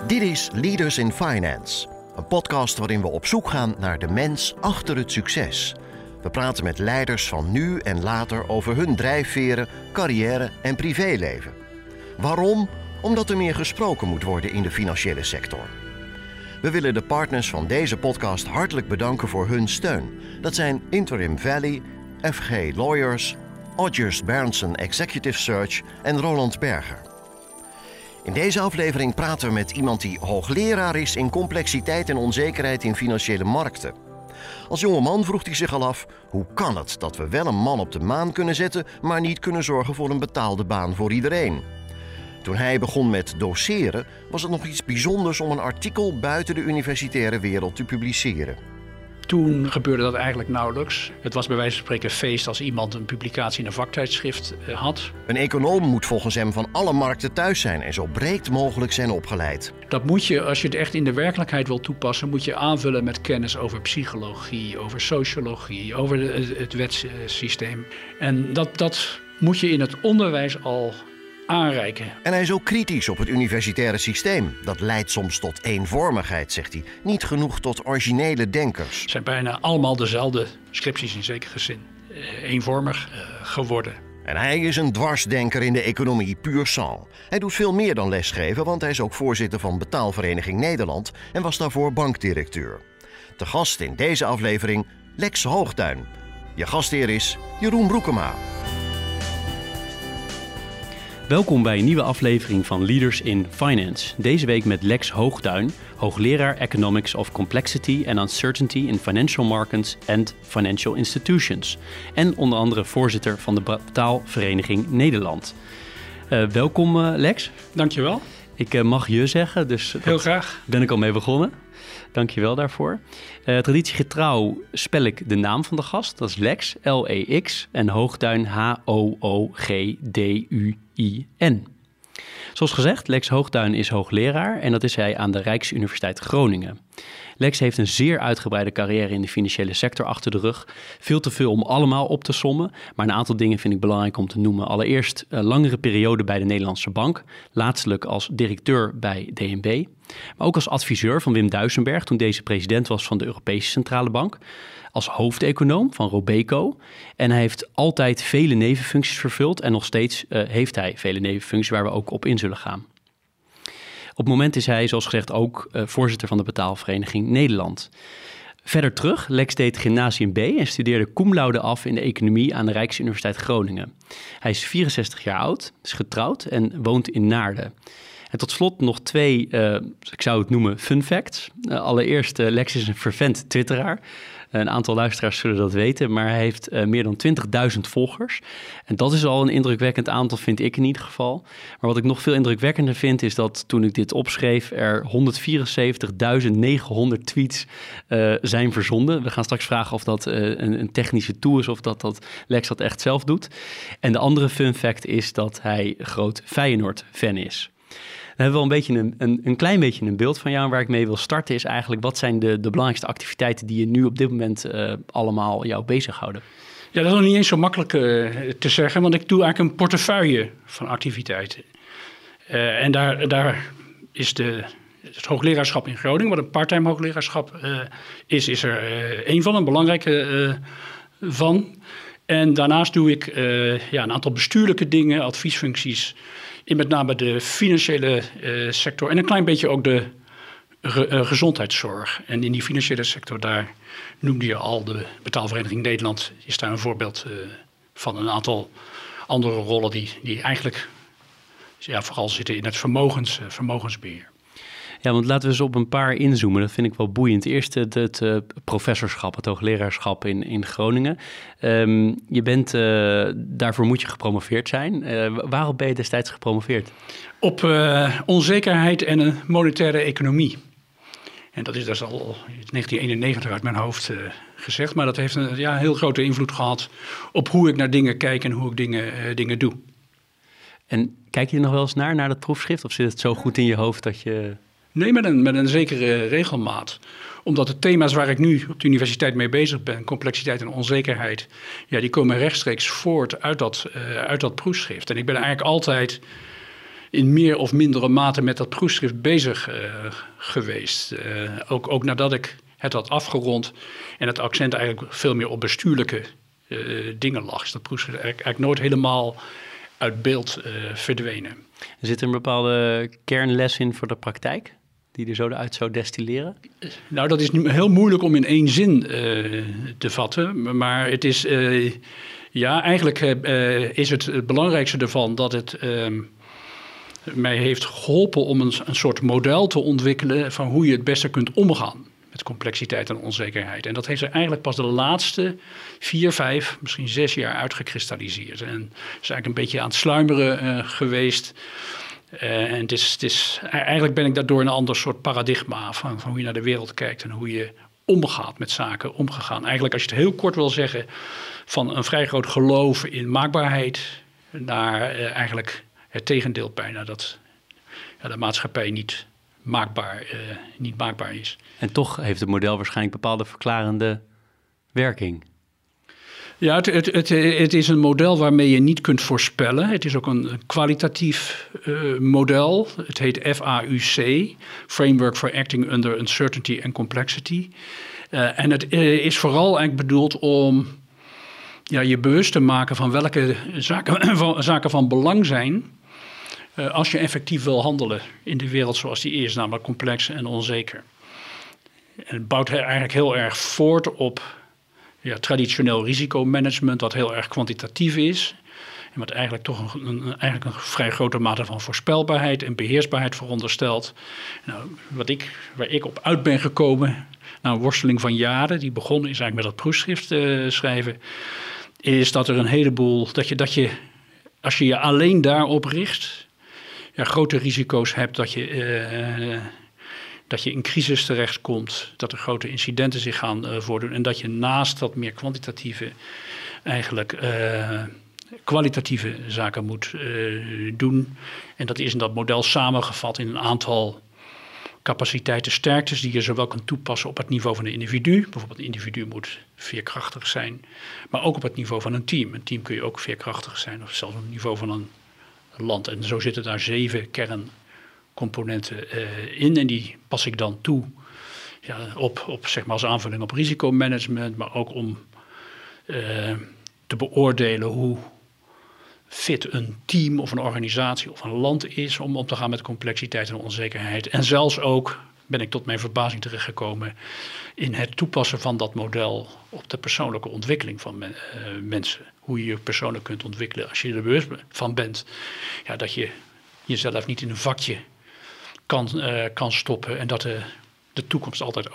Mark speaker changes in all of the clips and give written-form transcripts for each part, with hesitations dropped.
Speaker 1: Dit is Leaders in Finance, een podcast waarin we op zoek gaan naar de mens achter het succes. We praten met leiders van nu en later over hun drijfveren, carrière en privéleven. Waarom? Omdat er meer gesproken moet worden in de financiële sector. We willen de partners van deze podcast hartelijk bedanken voor hun steun. Dat zijn Interim Valley, FG Lawyers, Odgers Berndsen Executive Search en Roland Berger. In deze aflevering praten we met iemand die hoogleraar is in complexiteit en onzekerheid in financiële markten. Als jonge man vroeg hij zich al af, hoe kan het dat we wel een man op de maan kunnen zetten, maar niet kunnen zorgen voor een betaalde baan voor iedereen? Toen hij begon met doseren, was het nog iets bijzonders om een artikel buiten de universitaire wereld te publiceren.
Speaker 2: Toen gebeurde dat eigenlijk nauwelijks. Het was bij wijze van spreken feest als iemand een publicatie in een vaktijdschrift had.
Speaker 1: Een econoom moet volgens hem van alle markten thuis zijn en zo breed mogelijk zijn opgeleid.
Speaker 2: Dat moet je, als je het echt in de werkelijkheid wil toepassen, moet je aanvullen met kennis over psychologie, over sociologie, over het wetssysteem. En dat moet je in het onderwijs al aanreiken.
Speaker 1: En hij is ook kritisch op het universitaire systeem. Dat leidt soms tot eenvormigheid, zegt hij. Niet genoeg tot originele denkers.
Speaker 2: Het zijn bijna allemaal dezelfde scripties in zekere zin. Eenvormig geworden.
Speaker 1: En hij is een dwarsdenker in de economie pur sang. Hij doet veel meer dan lesgeven, want hij is ook voorzitter van Betaalvereniging Nederland en was daarvoor bankdirecteur. Te gast in deze aflevering Lex Hoogduin. Je gastheer is Jeroen Broekema.
Speaker 3: Welkom bij een nieuwe aflevering van Leaders in Finance. Deze week met Lex Hoogduin, hoogleraar Economics of Complexity and Uncertainty in Financial Markets and Financial Institutions. En onder andere voorzitter van de Betaalvereniging Nederland. Welkom Lex.
Speaker 2: Dankjewel.
Speaker 3: Ik mag je zeggen, dus
Speaker 2: heel graag.
Speaker 3: Ben ik al mee begonnen. Dankjewel daarvoor. Traditiegetrouw spel ik de naam van de gast. Dat is Lex, L-E-X en Hoogduin, H-O-O-G-D-U-I-N. Zoals gezegd, Lex Hoogduin is hoogleraar en dat is hij aan de Rijksuniversiteit Groningen. Lex heeft een zeer uitgebreide carrière in de financiële sector achter de rug. Veel te veel om allemaal op te sommen, maar een aantal dingen vind ik belangrijk om te noemen. Allereerst een langere periode bij de Nederlandse Bank, laatstelijk als directeur bij DNB. Maar ook als adviseur van Wim Duisenberg toen deze president was van de Europese Centrale Bank. Als hoofdeconoom van Robeco. En hij heeft altijd vele nevenfuncties vervuld en nog steeds heeft hij vele nevenfuncties waar we ook op in zullen gaan. Op het moment is hij, zoals gezegd, ook voorzitter van de Betaalvereniging Nederland. Verder terug, Lex deed Gymnasium B en studeerde cum laude af in de economie aan de Rijksuniversiteit Groningen. Hij is 64 jaar oud, is getrouwd en woont in Naarden. En tot slot nog twee, ik zou het noemen, fun facts. Allereerst, Lex is een fervent twitteraar. Een aantal luisteraars zullen dat weten, maar hij heeft meer dan 20.000 volgers. En dat is al een indrukwekkend aantal, vind ik in ieder geval. Maar wat ik nog veel indrukwekkender vind, is dat toen ik dit opschreef, er 174.900 tweets zijn verzonden. We gaan straks vragen of dat een technische tool is of dat Lex dat echt zelf doet. En de andere fun fact is dat hij groot Feyenoord-fan is. Dan hebben we wel een klein beetje een beeld van jou. En waar ik mee wil starten is eigenlijk, wat zijn de belangrijkste activiteiten die je nu op dit moment allemaal jou bezighouden?
Speaker 2: Ja, dat is nog niet eens zo makkelijk te zeggen, want ik doe eigenlijk een portefeuille van activiteiten. En daar is het hoogleraarschap in Groningen, wat een parttime hoogleraarschap is er een van, een belangrijke van. En daarnaast doe ik een aantal bestuurlijke dingen, adviesfuncties in met name de financiële sector en een klein beetje ook de gezondheidszorg. En in die financiële sector, daar noemde je al de Betaalvereniging Nederland, is daar een voorbeeld van een aantal andere rollen die eigenlijk vooral zitten in het vermogensbeheer.
Speaker 3: Ja, want laten we eens op een paar inzoomen. Dat vind ik wel boeiend. Eerst het professorschap, het hoogleraarschap in Groningen. Daarvoor moet je gepromoveerd zijn. Waarop ben je destijds gepromoveerd?
Speaker 2: Op onzekerheid en een monetaire economie. En dat is al 1991 uit mijn hoofd gezegd. Maar dat heeft een heel grote invloed gehad op hoe ik naar dingen kijk en hoe ik dingen doe. En
Speaker 3: kijk je er nog wel eens naar dat proefschrift? Of zit het zo goed in je hoofd dat je...
Speaker 2: Nee, met een zekere regelmaat. Omdat de thema's waar ik nu op de universiteit mee bezig ben, complexiteit en onzekerheid, die komen rechtstreeks voort uit dat proefschrift. En ik ben eigenlijk altijd in meer of mindere mate met dat proefschrift bezig geweest. Ook nadat ik het had afgerond en het accent eigenlijk veel meer op bestuurlijke dingen lag. Is dat proefschrift eigenlijk nooit helemaal uit beeld verdwenen.
Speaker 3: Zit er een bepaalde kernles in voor de praktijk die er zo uit zou destilleren?
Speaker 2: Nou, dat is heel moeilijk om in één zin te vatten. Maar het is, eigenlijk is het belangrijkste ervan dat het mij heeft geholpen om een soort model te ontwikkelen van hoe je het beste kunt omgaan met complexiteit en onzekerheid. En dat heeft er eigenlijk pas de laatste 4, 5, misschien 6 jaar uitgekristalliseerd. En is eigenlijk een beetje aan het sluimeren geweest. En eigenlijk ben ik daardoor een ander soort paradigma van hoe je naar de wereld kijkt en hoe je omgaat met zaken omgegaan. Eigenlijk, als je het heel kort wil zeggen, van een vrij groot geloof in maakbaarheid naar eigenlijk het tegendeel bijna, dat de maatschappij niet maakbaar is.
Speaker 3: En toch heeft het model waarschijnlijk bepaalde verklarende werking.
Speaker 2: Ja, het is een model waarmee je niet kunt voorspellen. Het is ook een kwalitatief model. Het heet FAUC, Framework for Acting Under Uncertainty and Complexity. En het is vooral eigenlijk bedoeld om je bewust te maken van welke zaken van belang zijn als je effectief wil handelen in de wereld zoals die is, namelijk complex en onzeker. En het bouwt eigenlijk heel erg voort op traditioneel risicomanagement, wat heel erg kwantitatief is. En wat eigenlijk toch een vrij grote mate van voorspelbaarheid en beheersbaarheid veronderstelt. Nou, waar ik op uit ben gekomen, na een worsteling van jaren, die begonnen is eigenlijk met dat proefschrift schrijven, is dat er een heleboel, dat je als je alleen daarop richt, grote risico's hebt dat je in crisis terechtkomt, dat er grote incidenten zich gaan voordoen en dat je naast dat meer kwantitatieve eigenlijk kwalitatieve zaken moet doen. En dat is in dat model samengevat in een aantal capaciteiten, sterktes die je zowel kunt toepassen op het niveau van een individu. Bijvoorbeeld een individu moet veerkrachtig zijn, maar ook op het niveau van een team. Een team kun je ook veerkrachtig zijn of zelfs op het niveau van een land. En zo zitten daar 7 kerncomponenten in en die pas ik dan toe op zeg maar als aanvulling op risicomanagement, maar ook om te beoordelen hoe fit een team of een organisatie of een land is om om te gaan met complexiteit en onzekerheid. En zelfs ook ben ik tot mijn verbazing terechtgekomen in het toepassen van dat model op de persoonlijke ontwikkeling van mensen. Hoe je je persoonlijk kunt ontwikkelen als je er bewust van bent. Ja, dat je jezelf niet in een vakje kan stoppen en dat de toekomst altijd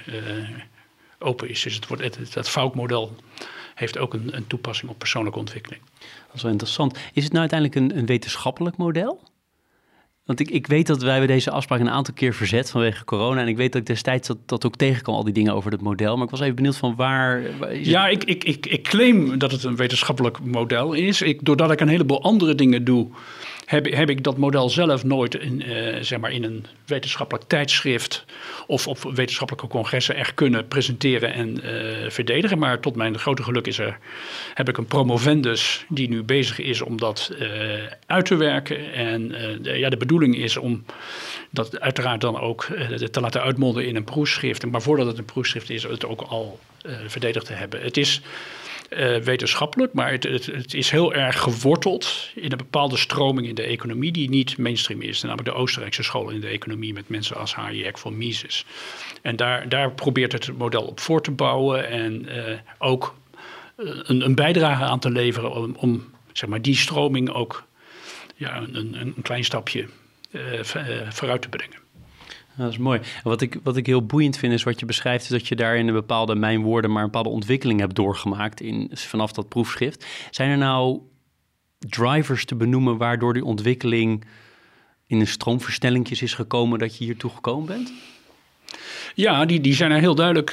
Speaker 2: open is. Dus het FAUC-model heeft ook een toepassing op persoonlijke ontwikkeling.
Speaker 3: Dat is wel interessant. Is het nou uiteindelijk een wetenschappelijk model? Want ik weet dat wij deze afspraak een aantal keer verzet vanwege corona. En ik weet dat ik destijds dat ook tegenkwam, al die dingen over het model. Maar ik was even benieuwd van waar is
Speaker 2: ja, het? Ik claim dat het een wetenschappelijk model is. Doordat ik een heleboel andere dingen doe, heb ik dat model zelf nooit in een wetenschappelijk tijdschrift of op wetenschappelijke congressen echt kunnen presenteren en verdedigen. Maar tot mijn grote geluk heb ik een promovendus die nu bezig is om dat uit te werken. En de bedoeling is om dat uiteraard dan ook te laten uitmonden in een proefschrift. Maar voordat het een proefschrift is, het ook al verdedigd te hebben. Het is wetenschappelijk, maar het is heel erg geworteld in een bepaalde stroming in de economie die niet mainstream is. Namelijk de Oostenrijkse school in de economie met mensen als Hayek van Mises. En daar probeert het model op voor te bouwen en ook een bijdrage aan te leveren om zeg maar, die stroming ook een klein stapje vooruit te brengen.
Speaker 3: Dat is mooi. Wat ik heel boeiend vind is wat je beschrijft, is dat je daarin een bepaalde, mijn woorden, maar een bepaalde ontwikkeling hebt doorgemaakt vanaf dat proefschrift. Zijn er nou drivers te benoemen waardoor die ontwikkeling in een stroomversnellingjes is gekomen dat je hiertoe gekomen bent?
Speaker 2: Ja, die zijn er heel duidelijk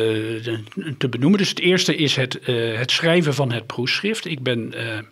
Speaker 2: te benoemen. Dus het eerste is het schrijven van het proefschrift. Ik ben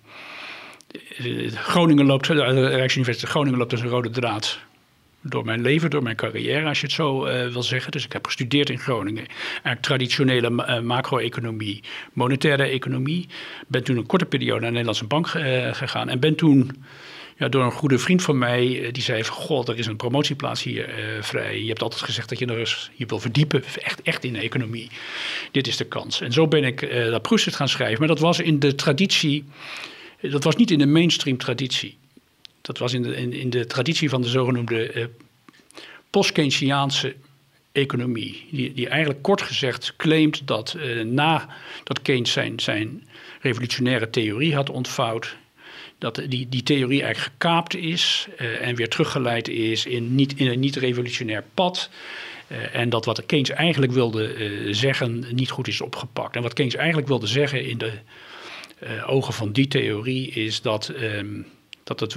Speaker 2: de Rijksuniversiteit Groningen loopt als een rode draad door mijn leven, door mijn carrière, als je het zo wil zeggen. Dus ik heb gestudeerd in Groningen. Eigenlijk traditionele macro-economie, monetaire economie. Ben toen een korte periode naar de Nederlandse Bank gegaan. En ben toen door een goede vriend van mij. Die zei van, god, er is een promotieplaats hier vrij. Je hebt altijd gezegd dat je wil verdiepen, echt in de economie. Dit is de kans. En zo ben ik dat proefschrift gaan schrijven. Maar dat was in de traditie, dat was niet in de mainstream traditie. Dat was in de traditie van de zogenoemde post-Keynesiaanse economie. Die eigenlijk kort gezegd claimt dat nadat Keynes zijn revolutionaire theorie had ontvouwd, dat die theorie eigenlijk gekaapt is en weer teruggeleid is in een niet-revolutionair pad. En dat wat Keynes eigenlijk wilde zeggen niet goed is opgepakt. En wat Keynes eigenlijk wilde zeggen in de ogen van die theorie is dat het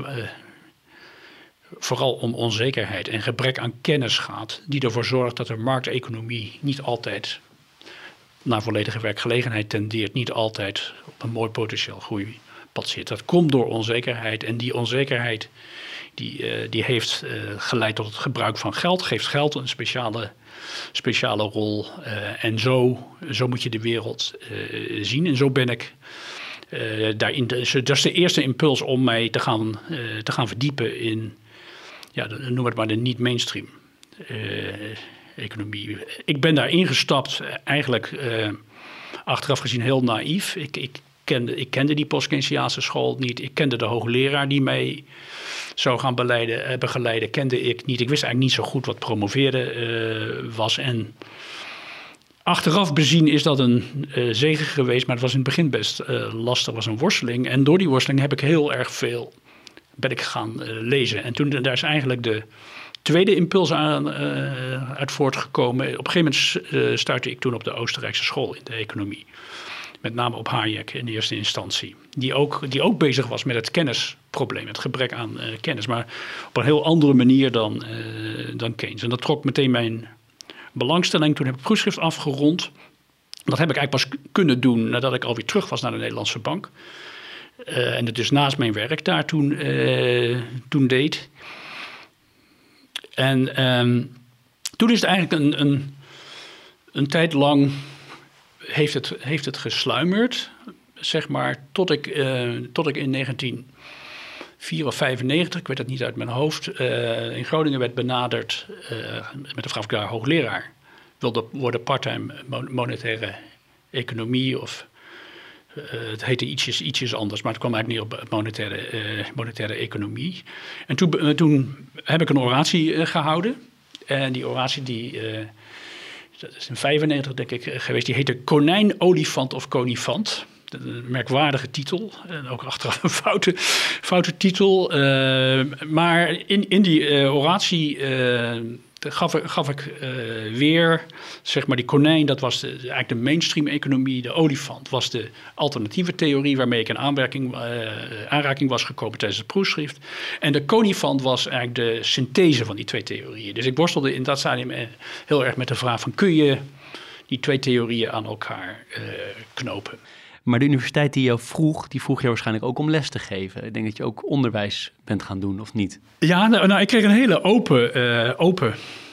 Speaker 2: vooral om onzekerheid en gebrek aan kennis gaat, die ervoor zorgt dat de markteconomie niet altijd naar volledige werkgelegenheid tendeert, niet altijd op een mooi potentieel groeipad zit. Dat komt door onzekerheid en die onzekerheid die heeft geleid tot het gebruik van geld, geeft geld een speciale rol en zo moet je de wereld zien. En zo ben ik daarin. Dat is de eerste impuls om mij te gaan verdiepen in, noem het maar de niet-mainstream economie. Ik ben daar ingestapt eigenlijk achteraf gezien heel naïef. Ik kende die post-Keynesiaanse school niet. Ik kende de hoogleraar die mij zou gaan begeleiden, kende ik niet. Ik wist eigenlijk niet zo goed wat promoveren was. En achteraf bezien is dat een zegen geweest, maar het was in het begin best lastig, was een worsteling. En door die worsteling heb ik heel erg veel ben ik gaan lezen. En toen daar is eigenlijk de tweede impuls uit voortgekomen. Op een gegeven moment startte ik toen op de Oostenrijkse school in de economie. Met name op Hayek in eerste instantie. Die ook bezig was met het kennisprobleem, het gebrek aan kennis. Maar op een heel andere manier dan Keynes. En dat trok meteen mijn belangstelling. Toen heb ik het proefschrift afgerond. Dat heb ik eigenlijk pas kunnen doen nadat ik alweer terug was naar de Nederlandse Bank. En het dus naast mijn werk daar toen deed. En toen is het eigenlijk een tijd lang heeft het gesluimerd, zeg maar, tot ik in 1994 of 95, ik weet het niet uit mijn hoofd, in Groningen werd benaderd met de vraag of ik daar hoogleraar wilde worden, part-time monetaire economie of het heette ietsjes anders, maar het kwam eigenlijk neer op monetaire economie. En toen heb ik een oratie gehouden. En die oratie, dat is in 95 denk ik geweest, die heette Konijn, Olifant of Conifant. Een merkwaardige titel. En ook achteraf een foute titel. Maar in die oratie gaf ik weer, zeg maar, die konijn, dat was eigenlijk de mainstream economie. De olifant was de alternatieve theorie waarmee ik in aanraking was gekomen tijdens het proefschrift. En de conifant was eigenlijk de synthese van die twee theorieën. Dus ik worstelde in dat stadium heel erg met de vraag van, kun je die twee theorieën aan elkaar knopen?
Speaker 3: Maar de universiteit die vroeg je waarschijnlijk ook om les te geven. Ik denk dat je ook onderwijs bent gaan doen, of niet?
Speaker 2: Ja, nou ik kreeg een hele open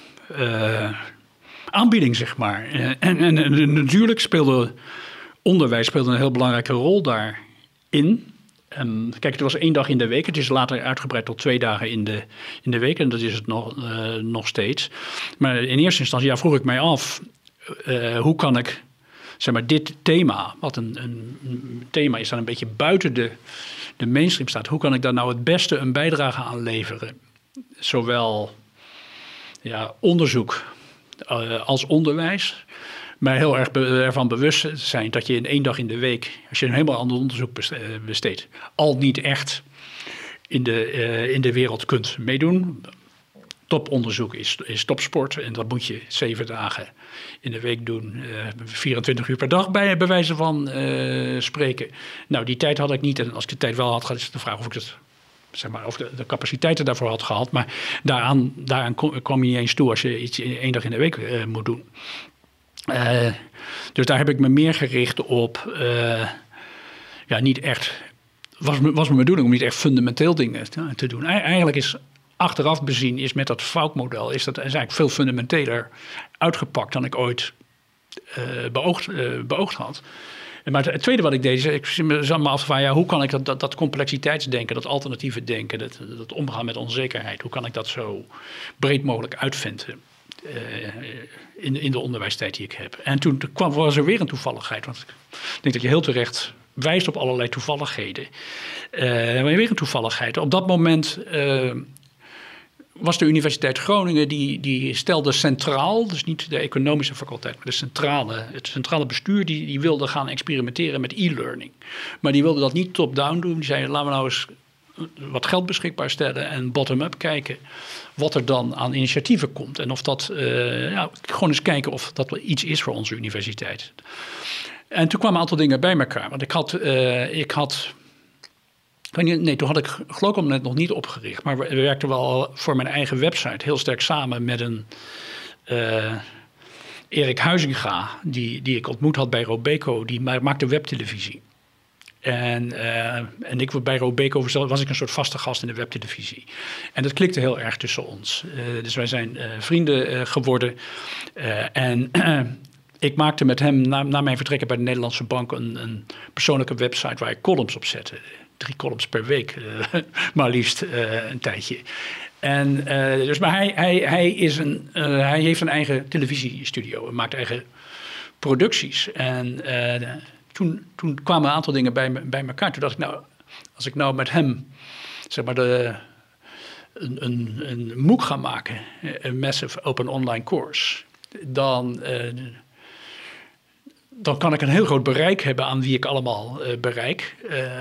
Speaker 2: aanbieding, zeg maar. En natuurlijk speelde onderwijs een heel belangrijke rol daarin. Kijk, het was 1 dag in de week. Het is later uitgebreid tot 2 dagen in de week. En dat is het nog steeds. Maar in eerste instantie vroeg ik mij af, hoe kan ik, zeg maar, dit thema, wat een thema is dat een beetje buiten de mainstream staat. Hoe kan ik daar nou het beste een bijdrage aan leveren? Zowel onderzoek als onderwijs. Maar heel erg ervan bewust zijn dat je in 1 dag in de week, als je een helemaal ander onderzoek besteedt, al niet echt in de wereld kunt meedoen. Toponderzoek is topsport en dat moet je 7 dagen in de week doen, 24 uur per dag bij wijze van spreken. Nou, die tijd had ik niet. En als ik de tijd wel had gehad, is de vraag of ik het, zeg maar, of de capaciteiten daarvoor had gehad. Maar daaraan kwam je niet eens toe als je iets 1 dag in de week moet doen. Dus daar heb ik me meer gericht op, niet echt, was mijn bedoeling om niet echt fundamenteel dingen te doen. Eigenlijk is achteraf bezien is met dat foutmodel is eigenlijk veel fundamenteler uitgepakt dan ik ooit beoogd had. Maar het tweede wat ik deed, is ik zat me af van hoe kan ik dat complexiteitsdenken, dat alternatieve denken, dat omgaan met onzekerheid, hoe kan ik dat zo breed mogelijk uitventen in de onderwijstijd die ik heb. En toen was er weer een toevalligheid, want ik denk dat je heel terecht wijst op allerlei toevalligheden. Weer een toevalligheid. Op dat moment was de Universiteit Groningen, die stelde centraal, dus niet de economische faculteit, maar het centrale bestuur, die wilde gaan experimenteren met e-learning. Maar die wilde dat niet top-down doen. Die zeiden, laten we nou eens wat geld beschikbaar stellen en bottom-up kijken wat er dan aan initiatieven komt. En of dat, gewoon eens kijken of dat iets is voor onze universiteit. En toen kwamen een aantal dingen bij elkaar. Want toen had ik Glocomnet nog niet opgericht. Maar we werkten wel voor mijn eigen website heel sterk samen met een Erik Huizinga, die ik ontmoet had bij Robeco. Die maakte webtelevisie. En ik bij Robeco was ik een soort vaste gast in de webtelevisie. En dat klikte heel erg tussen ons. Dus wij zijn vrienden geworden. Ik maakte met hem na mijn vertrekken bij de Nederlandse Bank een persoonlijke website waar ik columns op zette. 3 columns per week, maar liefst een tijdje. Maar hij heeft een eigen televisiestudio en maakt eigen producties. En toen kwamen een aantal dingen bij elkaar. Toen dacht ik, als ik nou met hem zeg maar een MOOC ga maken, een Massive Open Online Course, dan kan ik een heel groot bereik hebben aan wie ik allemaal bereik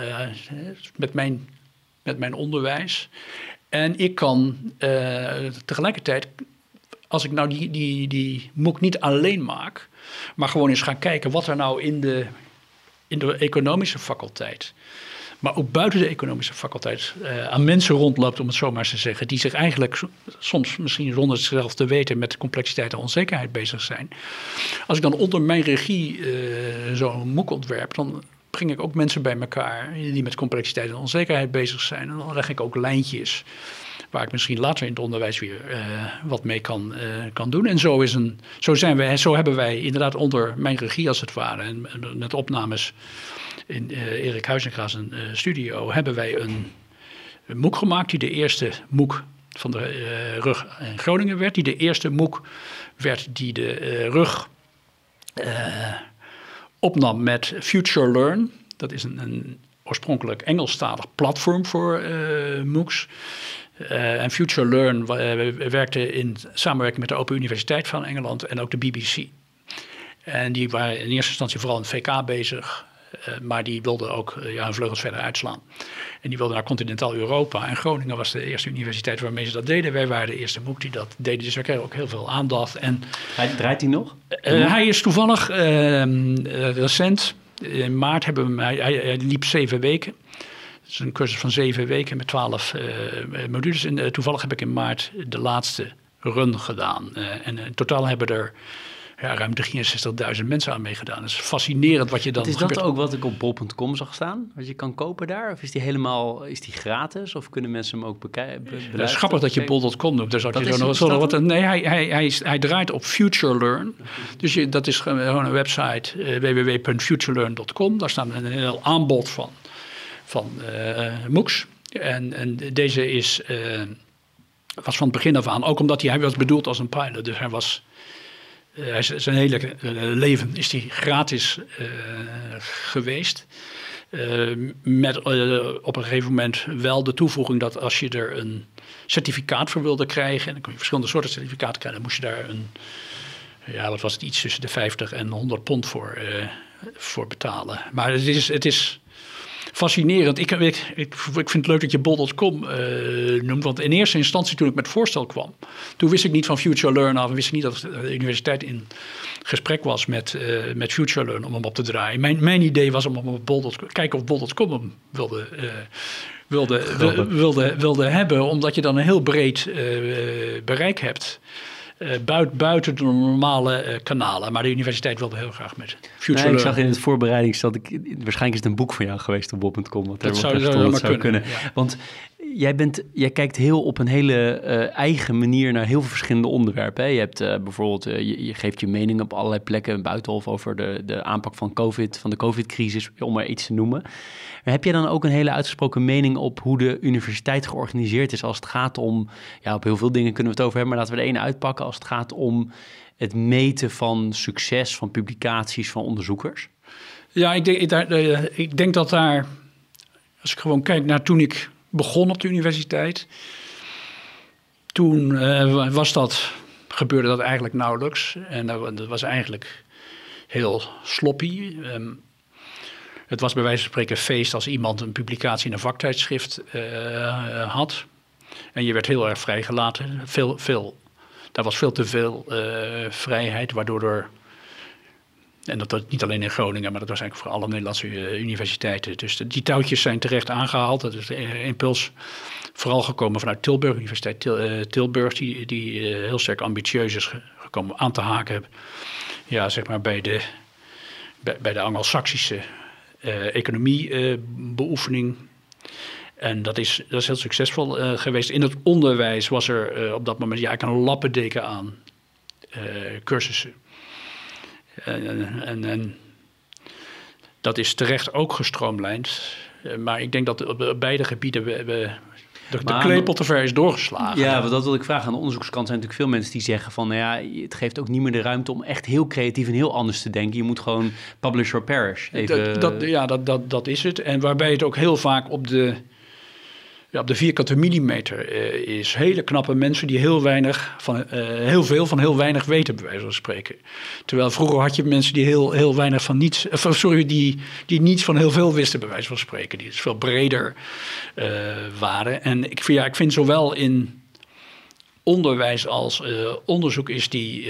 Speaker 2: met mijn onderwijs. En ik kan tegelijkertijd, als ik nou die MOOC niet alleen maak, maar gewoon eens gaan kijken wat er nou in de economische faculteit, maar ook buiten de economische faculteit aan mensen rondloopt, om het zo maar te zeggen, die zich eigenlijk soms misschien zonder het zelf te weten met complexiteit en onzekerheid bezig zijn. Als ik dan onder mijn regie zo'n MOOC ontwerp, dan breng ik ook mensen bij elkaar die met complexiteit en onzekerheid bezig zijn. En dan leg ik ook lijntjes waar ik misschien later in het onderwijs weer wat mee kan doen. En zo hebben wij inderdaad onder mijn regie als het ware, en met opnames in Erik Huizinga's studio, hebben wij een MOOC gemaakt die de eerste MOOC van de RUG in Groningen werd. Die de eerste MOOC werd die de RUG opnam met Future Learn. Dat is een oorspronkelijk Engelstalig platform voor MOOCs. En Future Learn werkte in samenwerking met de Open Universiteit van Engeland en ook de BBC. En die waren in eerste instantie vooral in het VK bezig, maar die wilden ook hun vleugels verder uitslaan. En die wilden naar continentaal Europa. En Groningen was de eerste universiteit waarmee ze dat deden. Wij waren de eerste MOOC die dat deden, dus we kregen ook heel veel aandacht. En
Speaker 3: draait hij nog?
Speaker 2: Hij is toevallig recent, in maart hij liep 7 weken. Het is een cursus van 7 weken met 12 modules. En toevallig heb ik in maart de laatste run gedaan. En in totaal hebben er ruim 63.000 mensen aan meegedaan. Dat is fascinerend wat je dan...
Speaker 3: Is dat ook wat ik op bol.com zag staan? Wat je kan kopen daar? Of is die gratis? Of kunnen mensen hem ook bekijken?
Speaker 2: Het is grappig dat je bol.com noemt. Hij draait op Future Learn. Dus dat is gewoon een website, www.futurelearn.com. Daar staat een heel aanbod van MOOCs. En deze was van het begin af aan, ook omdat hij was bedoeld als een pilot. Dus zijn hele leven is hij gratis geweest. Met op een gegeven moment wel de toevoeging dat als je er een certificaat voor wilde krijgen, en dan kon je verschillende soorten certificaten krijgen, dan moest je daar wat was het, iets tussen de 50 en 100 pond voor betalen. Maar het is fascinerend. Ik vind het leuk dat je bol.com noemt. Want in eerste instantie toen ik met het voorstel kwam, toen wist ik niet van Future Learn af. En wist ik niet dat de universiteit in gesprek was met Future Learn om hem op te draaien. Mijn idee was om op kijken of bol.com hem wilde hebben. Omdat je dan een heel breed bereik hebt. Buiten de normale kanalen. Maar de universiteit wilde heel graag met Future Learn.
Speaker 3: Ik zag in het voorbereiding, waarschijnlijk is het een boek van jou geweest op bol.com.
Speaker 2: Dat zou kunnen. Ja.
Speaker 3: Want jij kijkt heel op een hele eigen manier naar heel veel verschillende onderwerpen. Hè? Je hebt bijvoorbeeld, je geeft je mening op allerlei plekken, Buitenhof, over de aanpak van de COVID-crisis, om maar iets te noemen. Maar heb jij dan ook een hele uitgesproken mening op hoe de universiteit georganiseerd is als het gaat om, op heel veel dingen kunnen we het over hebben, maar laten we de ene uitpakken als het gaat om het meten van succes, van publicaties, van onderzoekers?
Speaker 2: Ja, ik denk dat daar, als ik gewoon kijk naar toen ik begon op de universiteit, toen gebeurde dat eigenlijk nauwelijks. En dat was eigenlijk heel sloppy. Het was bij wijze van spreken feest als iemand een publicatie in een vaktijdschrift had. En je werd heel erg vrijgelaten. Daar was veel te veel vrijheid, waardoor er... En dat niet alleen in Groningen, maar dat was eigenlijk voor alle Nederlandse universiteiten. Dus die touwtjes zijn terecht aangehaald. Dat is de impuls vooral gekomen vanuit Tilburg, Universiteit Tilburg, die heel sterk ambitieus is gekomen aan te haken. Ja, zeg maar bij de Anglo-Saxische economiebeoefening. En dat is heel succesvol geweest. In het onderwijs was er op dat moment eigenlijk een lappendeken aan cursussen. En dat is terecht ook gestroomlijnd. Maar ik denk dat op beide gebieden de klepel te ver is doorgeslagen.
Speaker 3: Ja, want dat wil ik vragen. Aan de onderzoekskant zijn natuurlijk veel mensen die zeggen van... het geeft ook niet meer de ruimte om echt heel creatief en heel anders te denken. Je moet gewoon publish or perish.
Speaker 2: Dat is het. En waarbij het ook heel vaak op de vierkante millimeter is. Hele knappe mensen die heel veel van heel weinig weten, bij wijze van spreken. Terwijl vroeger had je mensen die heel weinig van niets... die niets van heel veel wisten, bij wijze van spreken. Die dus veel breder waren. En ik vind zowel in onderwijs als onderzoek is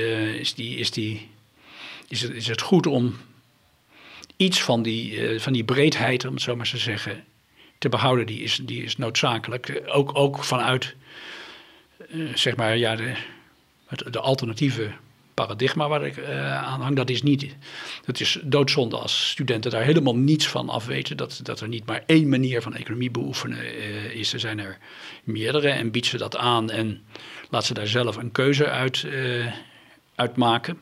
Speaker 2: het goed om iets van die breedheid, om het zo maar te zeggen, te behouden. Die is noodzakelijk. Ook vanuit zeg maar de alternatieve paradigma waar ik aan hang. Dat is doodzonde als studenten daar helemaal niets van afweten. Dat er niet maar één manier van economie beoefenen is. Er zijn er meerdere en biedt ze dat aan en laat ze daar zelf een keuze uit maken.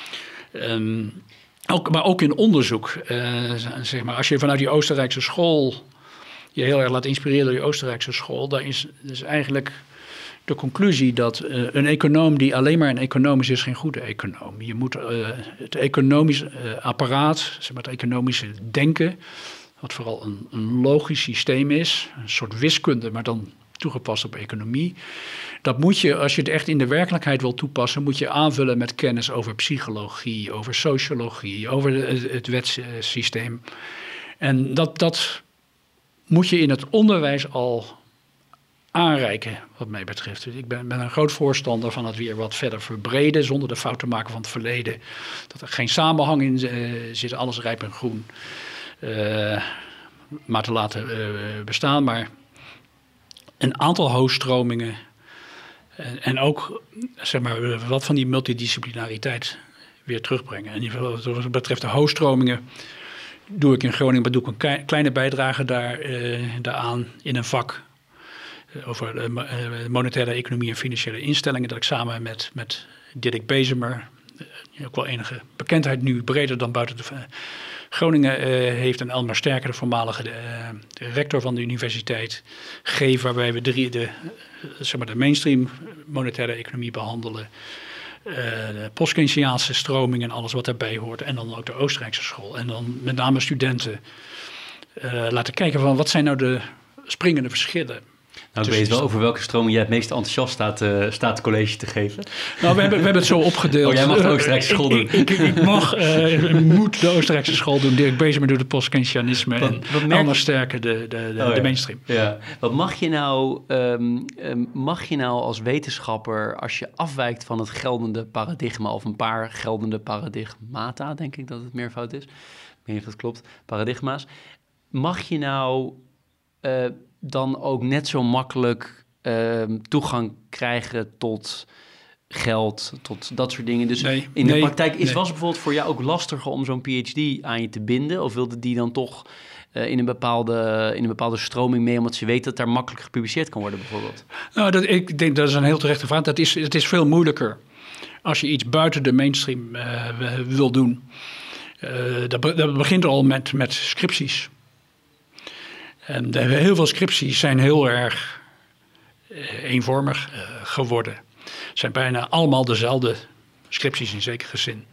Speaker 2: Maar ook in onderzoek. Zeg maar, als je vanuit die Oostenrijkse school je heel erg laat inspireren door die Oostenrijkse school, dan is dus eigenlijk de conclusie dat een econoom die alleen maar een econoom is geen goede econoom. Je moet het economisch apparaat, zeg maar het economische denken, wat vooral een logisch systeem is, een soort wiskunde, maar dan toegepast op economie. Dat moet je, als je het echt in de werkelijkheid wil toepassen, moet je aanvullen met kennis over psychologie, over sociologie, over het wetssysteem. En dat moet je in het onderwijs al aanreiken, wat mij betreft. Ik ben een groot voorstander van het weer wat verder verbreden, zonder de fout te maken van het verleden. Dat er geen samenhang in zit, alles rijp en groen. Maar te laten bestaan. Maar een aantal hoofdstromingen en ook zeg maar, wat van die multidisciplinariteit weer terugbrengen. En wat betreft de hoofdstromingen doe ik in Groningen een kleine bijdrage daaraan in een vak over monetaire economie en financiële instellingen, dat ik samen met Dirk Bezemer, die ook wel enige bekendheid nu breder dan buiten de Groningen heeft, en Elmar Sterker, de voormalige rector van de universiteit, geef, waarbij we de mainstream monetaire economie behandelen, de post-Keynesiaanse stroming en alles wat daarbij hoort, en dan ook de Oostenrijkse school. En dan met name studenten laten kijken van wat zijn nou de springende verschillen.
Speaker 3: Nou, ik weet wel over welke stroming jij het meest enthousiast staat college te geven.
Speaker 2: Nou, we hebben het zo opgedeeld.
Speaker 3: Oh, jij mag de Oostenrijkse school doen.
Speaker 2: Ik moet de Oostenrijkse school doen. Dirk Bezemer doet het post-Keynesianisme en Elmar Sterker de mainstream.
Speaker 3: Ja. Wat mag je nou als wetenschapper, als je afwijkt van het geldende paradigma of een paar geldende paradigmata, denk ik dat het meervoud is. Ik weet niet of dat klopt. Paradigma's. Mag je nou dan ook net zo makkelijk toegang krijgen tot geld, tot dat soort dingen? Dus in de praktijk was het bijvoorbeeld voor jou ook lastiger om zo'n PhD aan je te binden? Of wilde die dan toch in een bepaalde stroming mee, omdat ze weten dat daar makkelijk gepubliceerd kan worden bijvoorbeeld?
Speaker 2: Nou, ik denk dat is een heel terechte vraag. Het is veel moeilijker als je iets buiten de mainstream wil doen. Dat begint al met scripties. En heel veel scripties zijn heel erg eenvormig geworden. Het zijn bijna allemaal dezelfde scripties in zekere zin.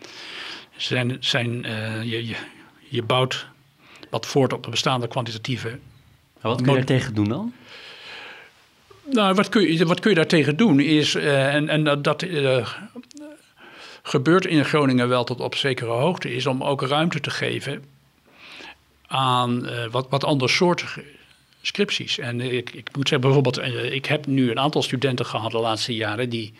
Speaker 2: Je bouwt wat voort op de bestaande kwantitatieve...
Speaker 3: Maar wat kun je daartegen doen dan?
Speaker 2: Nou, wat kun je daartegen doen is... dat gebeurt in Groningen wel tot op zekere hoogte... is om ook ruimte te geven aan wat andersoortige scripties. En ik moet zeggen, bijvoorbeeld... ik heb nu een aantal studenten gehad de laatste jaren... die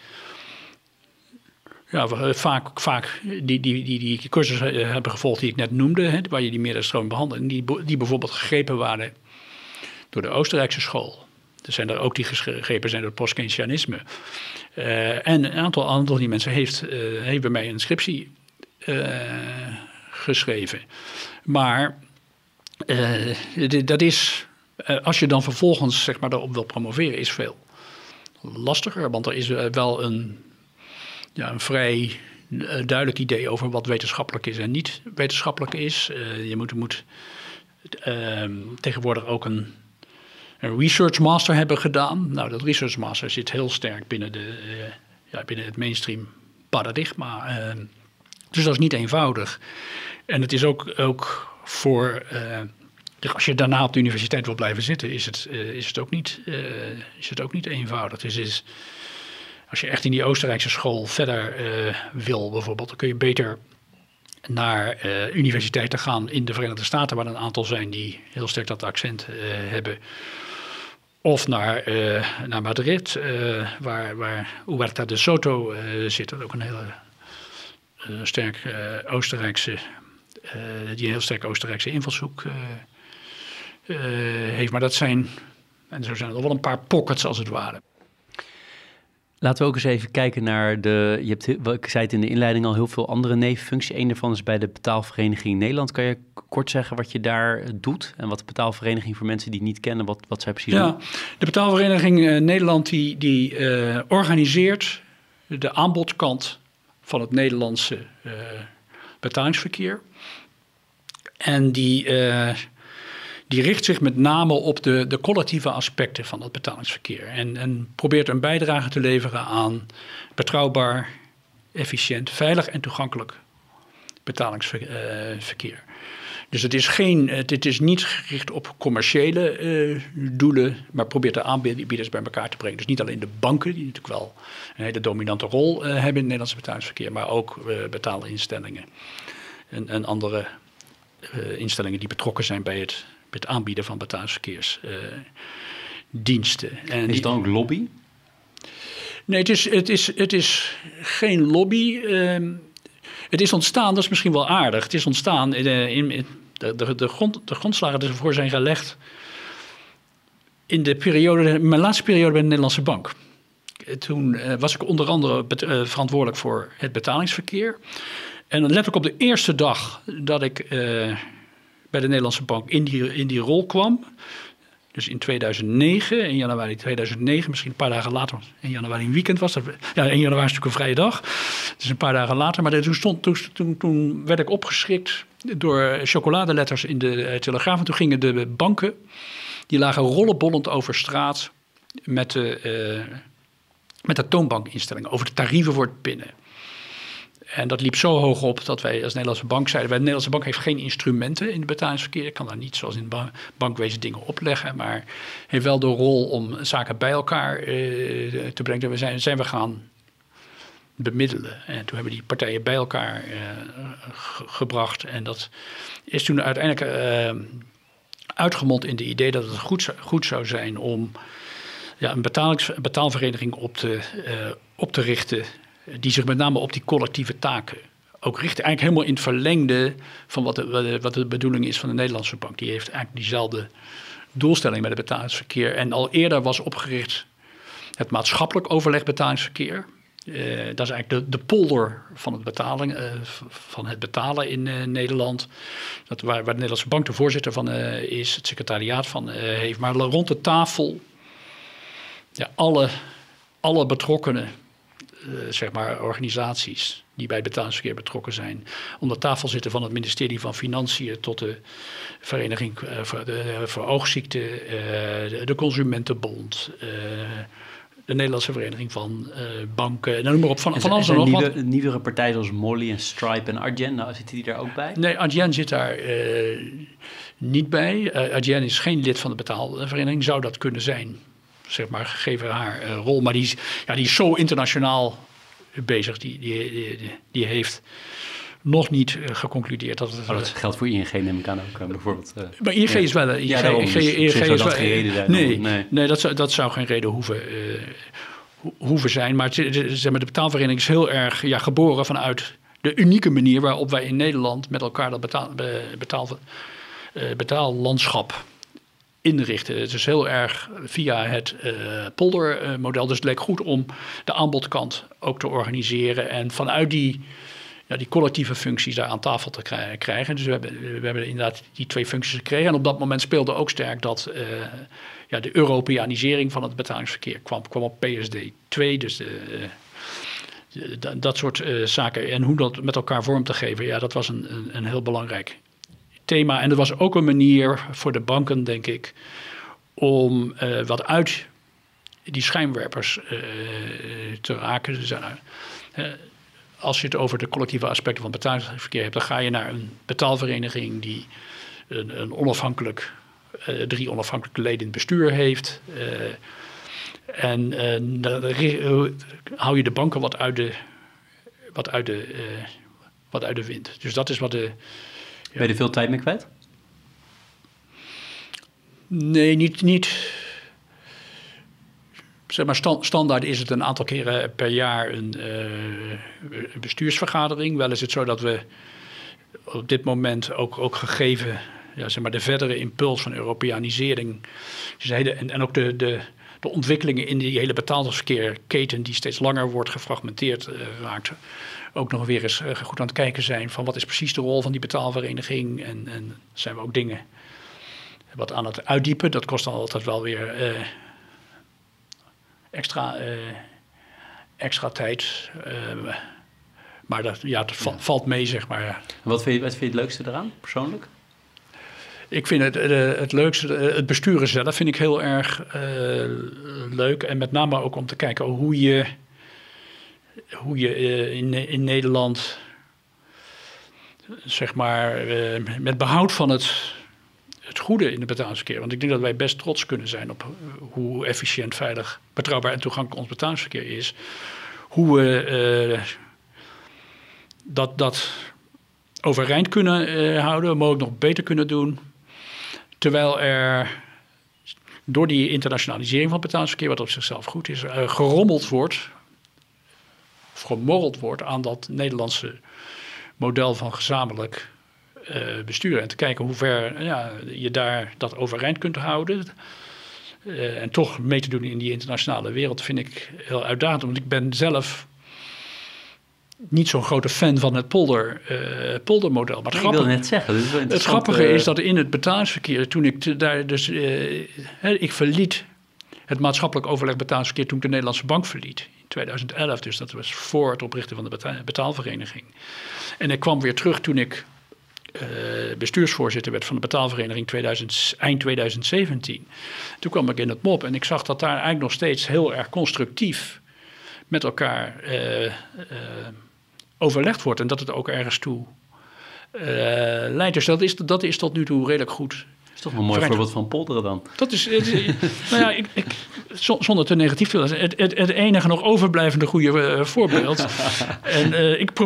Speaker 2: vaak die cursus hebben gevolgd die ik net noemde... waar je die meerderheidsstroming behandelt... en die bijvoorbeeld gegrepen waren door de Oostenrijkse school... Er zijn er ook die gegrepen zijn door het post-Keynesianisme. En een aantal die mensen heeft bij mij een scriptie geschreven. Maar dat is, als je dan vervolgens zeg maar, daarop wil promoveren, is veel lastiger. Want er is wel een vrij duidelijk idee over wat wetenschappelijk is en niet wetenschappelijk is. Je moet tegenwoordig ook een research master hebben gedaan. Nou, dat research master zit heel sterk binnen het mainstream paradigma. Dus dat is niet eenvoudig. En het is ook voor... als je daarna op de universiteit wil blijven zitten, is het ook niet eenvoudig. Dus als je echt in die Oostenrijkse school verder wil bijvoorbeeld, dan kun je beter naar universiteiten gaan in de Verenigde Staten, waar een aantal zijn die heel sterk dat accent hebben. Of naar Madrid, waar Huerta de Soto zit. Dat ook een hele sterke Oostenrijkse... die een heel sterke Oostenrijkse invalshoek heeft. Maar dat zijn... En zo zijn er wel een paar pockets als het ware.
Speaker 3: Laten we ook eens even kijken naar ik zei het in de inleiding al, heel veel andere nevenfuncties. Eén daarvan is bij de Betaalvereniging Nederland. Kan je kort zeggen wat je daar doet? En wat de Betaalvereniging, voor mensen die het niet kennen, wat zij precies doen?
Speaker 2: De Betaalvereniging Nederland die organiseert de aanbodkant van het Nederlandse betalingsverkeer. En die richt zich met name op de collectieve aspecten van dat betalingsverkeer. En probeert een bijdrage te leveren aan betrouwbaar, efficiënt, veilig en toegankelijk betalingsverkeer. Dus het is niet gericht op commerciële doelen, maar probeert de aanbieders bij elkaar te brengen. Dus niet alleen de banken, die natuurlijk wel een hele dominante rol hebben in het Nederlandse betalingsverkeer, maar ook betaalinstellingen en andere instellingen die betrokken zijn bij het aanbieden van betalingsverkeersdiensten.
Speaker 3: Is het dan ook lobby?
Speaker 2: Nee, het is geen lobby. Het is ontstaan, dat is misschien wel aardig. Het is ontstaan, de grondslagen ervoor zijn gelegd in mijn laatste periode bij de Nederlandse Bank. Toen was ik onder andere verantwoordelijk voor het betalingsverkeer. En dan letterlijk op de eerste dag dat ik bij de Nederlandse Bank in die rol kwam, dus in 2009, in januari 2009, misschien een paar dagen later, in januari een weekend was dat. Ja, 1 januari is natuurlijk een vrije dag, dus een paar dagen later. Maar toen werd ik opgeschrikt door chocoladeletters in de Telegraaf. En toen gingen de banken, die lagen rollenbollend over straat met de toonbankinstellingen, over de tarieven voor het pinnen. En dat liep zo hoog op dat wij als Nederlandse Bank zeiden, de Nederlandse Bank heeft geen instrumenten in het betalingsverkeer. Ik kan daar niet zoals in het bankwezen dingen opleggen, maar heeft wel de rol om zaken bij elkaar te brengen. We zijn we gaan bemiddelen. En toen hebben die partijen bij elkaar gebracht. En dat is toen uiteindelijk uitgemond in de idee dat het goed zou zijn om een betaalvereniging op te richten, die zich met name op die collectieve taken ook richten. Eigenlijk helemaal in het verlengde van wat de bedoeling is van de Nederlandse Bank. Die heeft eigenlijk diezelfde doelstelling met het betalingsverkeer. En al eerder was opgericht het maatschappelijk overleg betalingsverkeer. Dat is eigenlijk de polder van het betalen in Nederland. Waar de Nederlandse Bank de voorzitter van is, het secretariaat van heeft. Maar rond de tafel alle betrokkenen, organisaties die bij het betalingsverkeer betrokken zijn. Om de tafel zitten van het ministerie van Financiën tot de Vereniging voor Oogziekten, de Consumentenbond, de Nederlandse Vereniging van Banken, noem maar op, van alles en nog wat.
Speaker 3: Nieuwere partijen zoals Molly en Stripe en Adyen, zitten die daar ook bij?
Speaker 2: Nee, Adyen zit daar niet bij. Adyen is geen lid van de betaalvereniging, zou dat kunnen zijn, gegeven haar rol. Maar die is zo internationaal bezig, die heeft nog niet geconcludeerd dat het...
Speaker 3: dat geldt voor ING, neem ik aan ook, bijvoorbeeld.
Speaker 2: Maar ING is wel... ING
Speaker 3: zou dat geen reden zijn?
Speaker 2: Nee, dat zou geen reden hoeven zijn. Maar de betaalvereniging is heel erg geboren vanuit de unieke manier waarop wij in Nederland met elkaar dat betaallandschap inrichten. Het is heel erg via het poldermodel. Dus het leek goed om de aanbodkant ook te organiseren en vanuit die collectieve functies daar aan tafel te krijgen. Dus we hebben inderdaad die 2 functies gekregen. En op dat moment speelde ook sterk dat de Europeanisering van het betalingsverkeer kwam op PSD 2. Dus dat soort zaken. En hoe dat met elkaar vorm te geven, dat was een heel belangrijk thema. En dat was ook een manier voor de banken, denk ik, om wat uit die schijnwerpers te raken. Dus, als je het over de collectieve aspecten van het betalingsverkeer hebt, dan ga je naar een betaalvereniging die een onafhankelijk, 3 onafhankelijke leden in het bestuur heeft. En dan hou je de banken wat uit de wind. Dus dat is wat de...
Speaker 3: Ben je er veel tijd mee kwijt?
Speaker 2: Nee, niet. Standaard is het een aantal keren per jaar een bestuursvergadering. Wel is het zo dat we op dit moment ook gegeven de verdere impuls van Europeanisering en ook de ontwikkelingen in die hele betalingsverkeerketen die steeds langer wordt gefragmenteerd raakt, ook nog weer eens goed aan het kijken zijn van wat is precies de rol van die betaalvereniging en zijn we ook dingen wat aan het uitdiepen. Dat kost dan altijd wel weer extra tijd. Maar dat valt mee, zeg maar. Ja.
Speaker 3: Wat vind je het leukste eraan, persoonlijk?
Speaker 2: Ik vind het leukste, het besturen zelf vind ik heel erg leuk. En met name ook om te kijken hoe je in Nederland, met behoud van het goede in het betalingsverkeer. Want ik denk dat wij best trots kunnen zijn op hoe efficiënt, veilig, betrouwbaar en toegankelijk ons betalingsverkeer is. Hoe we dat overeind kunnen houden, mogelijk nog beter kunnen doen. Terwijl er door die internationalisering van het betalingsverkeer, wat op zichzelf goed is, gerommeld wordt, of gemorreld wordt aan dat Nederlandse model van gezamenlijk besturen. En te kijken hoe ver je daar dat overeind kunt houden. En toch mee te doen in die internationale wereld vind ik heel uitdagend. Want ik ben zelf niet zo'n grote fan van het poldermodel. Maar
Speaker 3: ik wil net zeggen.
Speaker 2: Het grappige is dat in het betalingsverkeer, toen ik daar dus... ik verliet het maatschappelijk overleg betalingsverkeer toen ik de Nederlandse Bank verliet. In 2011, dus dat was voor het oprichten van de betaalvereniging. En ik kwam weer terug toen ik bestuursvoorzitter werd van de betaalvereniging eind 2017. Toen kwam ik in het MOP en ik zag dat daar eigenlijk nog steeds heel erg constructief met elkaar overlegd wordt en dat het ook ergens toe leidt. Dus dat is tot nu toe redelijk goed.
Speaker 3: Dat is toch een mooi voorbeeld van polderen dan.
Speaker 2: Dat is zonder te negatief te zijn, het enige nog overblijvende goede voorbeeld. En ik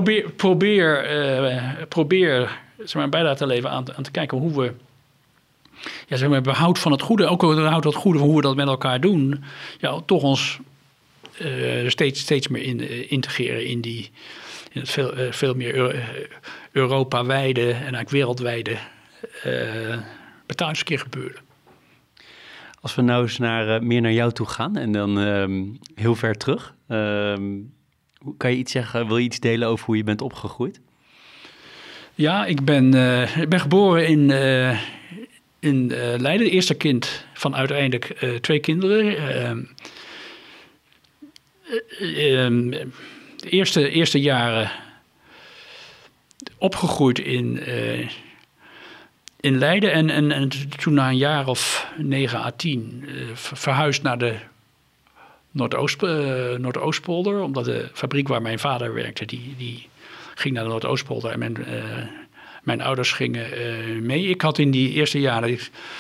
Speaker 2: probeer een bijdrage te leveren aan te kijken hoe we behoud van het goede, ook behoud het goede van hoe we dat met elkaar doen, toch ons steeds meer integreren in het veel meer Europa-wijde en eigenlijk wereldwijde betalingsverkeer gebeuren.
Speaker 3: Als we nou eens meer naar jou toe gaan en dan heel ver terug. Kan je iets zeggen, wil je iets delen over hoe je bent opgegroeid?
Speaker 2: Ja, ik ben geboren in Leiden. Eerste kind van uiteindelijk 2 kinderen. De eerste jaren opgegroeid in Leiden. En toen na een jaar of 9 à 10 verhuisd naar de Noordoostpolder. Omdat de fabriek waar mijn vader werkte, die ging naar de Noordoostpolder. En mijn ouders gingen mee. Ik had in die eerste jaren...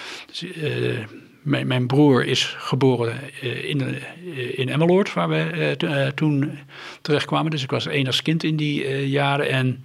Speaker 2: Mijn broer is geboren in Emmeloord, waar we toen terecht kwamen. Dus ik was enigszins kind in die jaren. En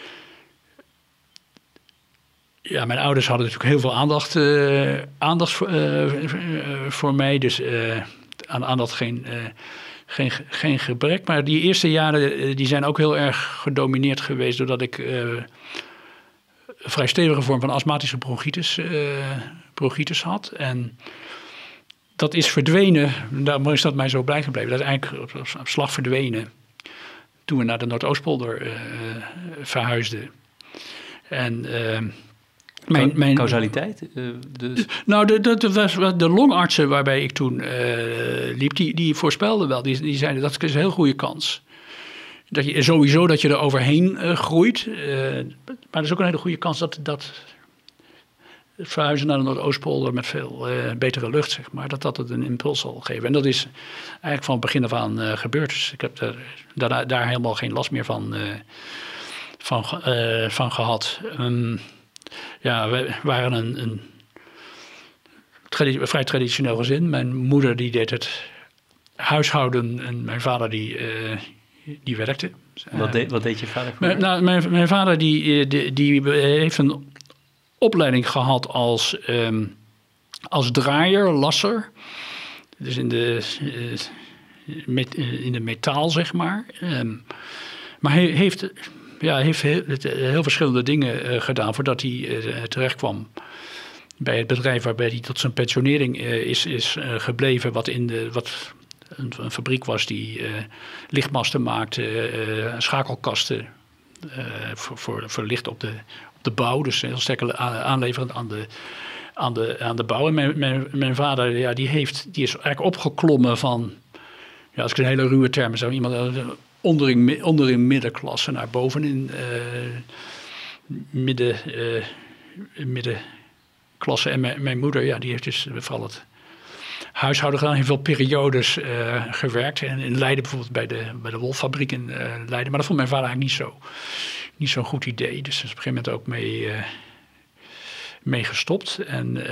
Speaker 2: ja, mijn ouders hadden natuurlijk heel veel aandacht voor mij. Dus aan aandacht geen gebrek. Maar die eerste jaren die zijn ook heel erg gedomineerd geweest doordat ik een vrij stevige vorm van astmatische bronchitis had. En dat is verdwenen. Daarom is dat mij zo blij gebleven. Dat is eigenlijk op slag verdwenen toen we naar de Noordoostpolder verhuisden. En mijn
Speaker 3: causaliteit?
Speaker 2: Nou, de longartsen waarbij ik toen liep, die voorspelden wel. Die zeiden dat is een heel goede kans. Dat je er overheen groeit. Maar er is ook een hele goede kans dat het verhuizen naar de Noordoostpolder met veel betere lucht, zeg maar, dat het een impuls zal geven. En dat is eigenlijk van het begin af aan gebeurd. Dus ik heb daar helemaal geen last meer van gehad. Ja, we waren een vrij traditioneel gezin. Mijn moeder die deed het huishouden en mijn vader die werkte.
Speaker 3: Wat deed je vader voor?
Speaker 2: Mijn vader die heeft een opleiding gehad als draaier, lasser. Dus in de metaal, zeg maar. Maar hij heeft heel verschillende dingen gedaan voordat hij terecht kwam bij het bedrijf waarbij hij tot zijn pensionering is gebleven. Wat een fabriek was die lichtmasten maakte, schakelkasten voor licht op de bouw. Dus heel sterk aanleverend aan de bouw. En mijn vader, ja, die is eigenlijk opgeklommen van, ja, als ik een hele ruwe termen zou, iemand onderin middenklasse naar bovenin middenklasse. En mijn moeder, ja, die heeft dus vooral het huishouden gedaan, heel veel periodes gewerkt. En in Leiden bijvoorbeeld bij de wolfabriek in Leiden. Maar dat vond mijn vader eigenlijk niet zo'n goed idee. Dus is op een gegeven moment ook mee gestopt. En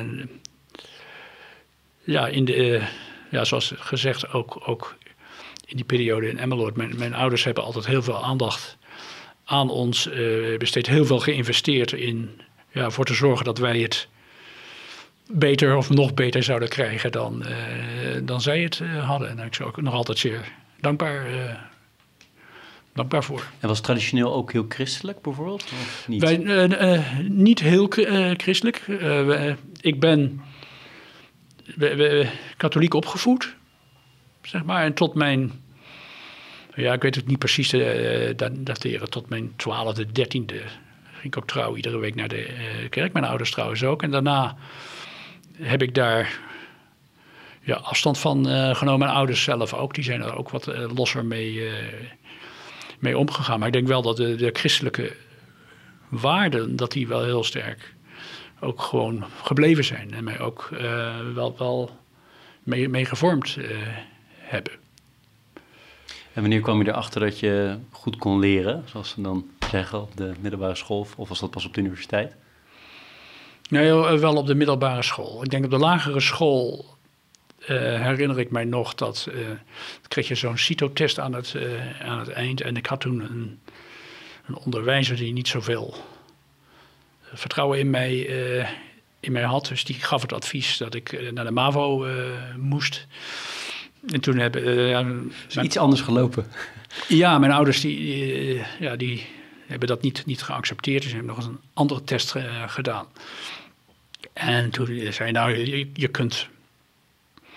Speaker 2: zoals gezegd, ook in die periode in Emmeloord. Mijn ouders hebben altijd heel veel aandacht aan ons besteed. Heel veel geïnvesteerd in, ja, voor te zorgen dat wij het beter of nog beter zouden krijgen dan zij het hadden. En daar ben ik ook nog altijd zeer dankbaar voor.
Speaker 3: En was traditioneel ook heel christelijk bijvoorbeeld? Of niet?
Speaker 2: Niet heel christelijk. Ik ben katholiek opgevoed, zeg maar. En tot mijn, ja, ik weet het niet precies dateren, tot mijn 12e, 13e ging ik ook trouwen iedere week naar de kerk. Mijn ouders trouwens ook. En daarna heb ik daar afstand van genomen. Mijn ouders zelf ook. Die zijn er ook wat losser mee omgegaan. Maar ik denk wel dat de christelijke waarden, dat die wel heel sterk ook gewoon gebleven zijn. En mij ook wel mee gevormd hebben.
Speaker 3: En wanneer kwam je erachter dat je goed kon leren, zoals ze dan zeggen, op de middelbare school? Of was dat pas op de universiteit?
Speaker 2: Nee, wel op de middelbare school. Ik denk op de lagere school herinner ik mij nog dat kreeg je zo'n CITO-test aan het eind. En ik had toen een onderwijzer die niet zoveel vertrouwen in mij had. Dus die gaf het advies dat ik naar de MAVO moest. En toen
Speaker 3: iets anders gelopen.
Speaker 2: Ja, mijn ouders die hebben dat niet geaccepteerd. Dus ze hebben nog eens een andere test gedaan. En toen zei hij, nou, je kunt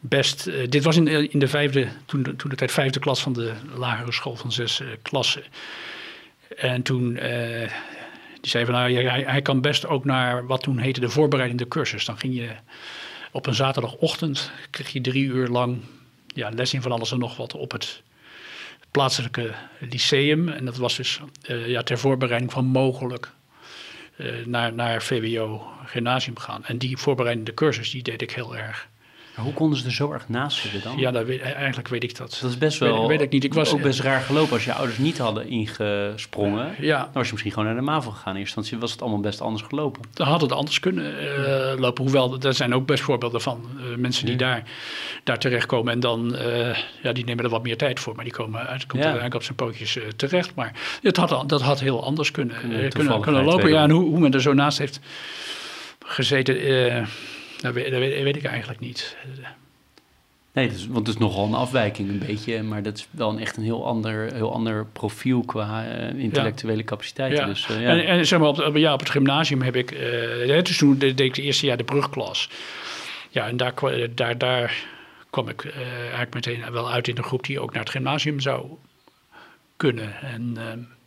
Speaker 2: best... dit was in de vijfde, toen de tijd vijfde klas van de lagere school van 6 klassen. En toen... die zei van, nou, hij kan best ook naar wat toen heette de voorbereidende cursus. Dan ging je op een zaterdagochtend, kreeg je 3 uur lang les in van alles en nog wat op het plaatselijke lyceum. En dat was dus ter voorbereiding van mogelijk naar VWO gymnasium gaan. En die voorbereidende cursus, die deed ik heel erg.
Speaker 3: Maar hoe konden ze er zo erg naast zitten dan?
Speaker 2: Ja, eigenlijk weet ik dat.
Speaker 3: Dat is best wel
Speaker 2: weet ik niet. Ik was
Speaker 3: ook best raar gelopen als je ouders niet hadden ingesprongen.
Speaker 2: Ja.
Speaker 3: Dan was je misschien gewoon naar de MAVO gegaan. In eerste instantie was het allemaal best anders gelopen.
Speaker 2: Dan had het anders kunnen lopen. Hoewel, er zijn ook best voorbeelden van mensen die daar terechtkomen. En dan, die nemen er wat meer tijd voor. Maar die komen uiteindelijk op zijn pootjes terecht. Maar dat had heel anders kunnen lopen. Ja, en hoe men er zo naast heeft gezeten... Dat weet ik eigenlijk niet.
Speaker 3: Nee, want het is nogal een afwijking een beetje. Maar dat is wel echt een heel ander profiel qua intellectuele capaciteiten.
Speaker 2: Ja.
Speaker 3: Dus,
Speaker 2: En zeg maar, op het gymnasium heb ik... dus toen deed ik het eerste jaar de brugklas. Ja, en daar kwam ik eigenlijk meteen wel uit in de groep... die ook naar het gymnasium zou kunnen. En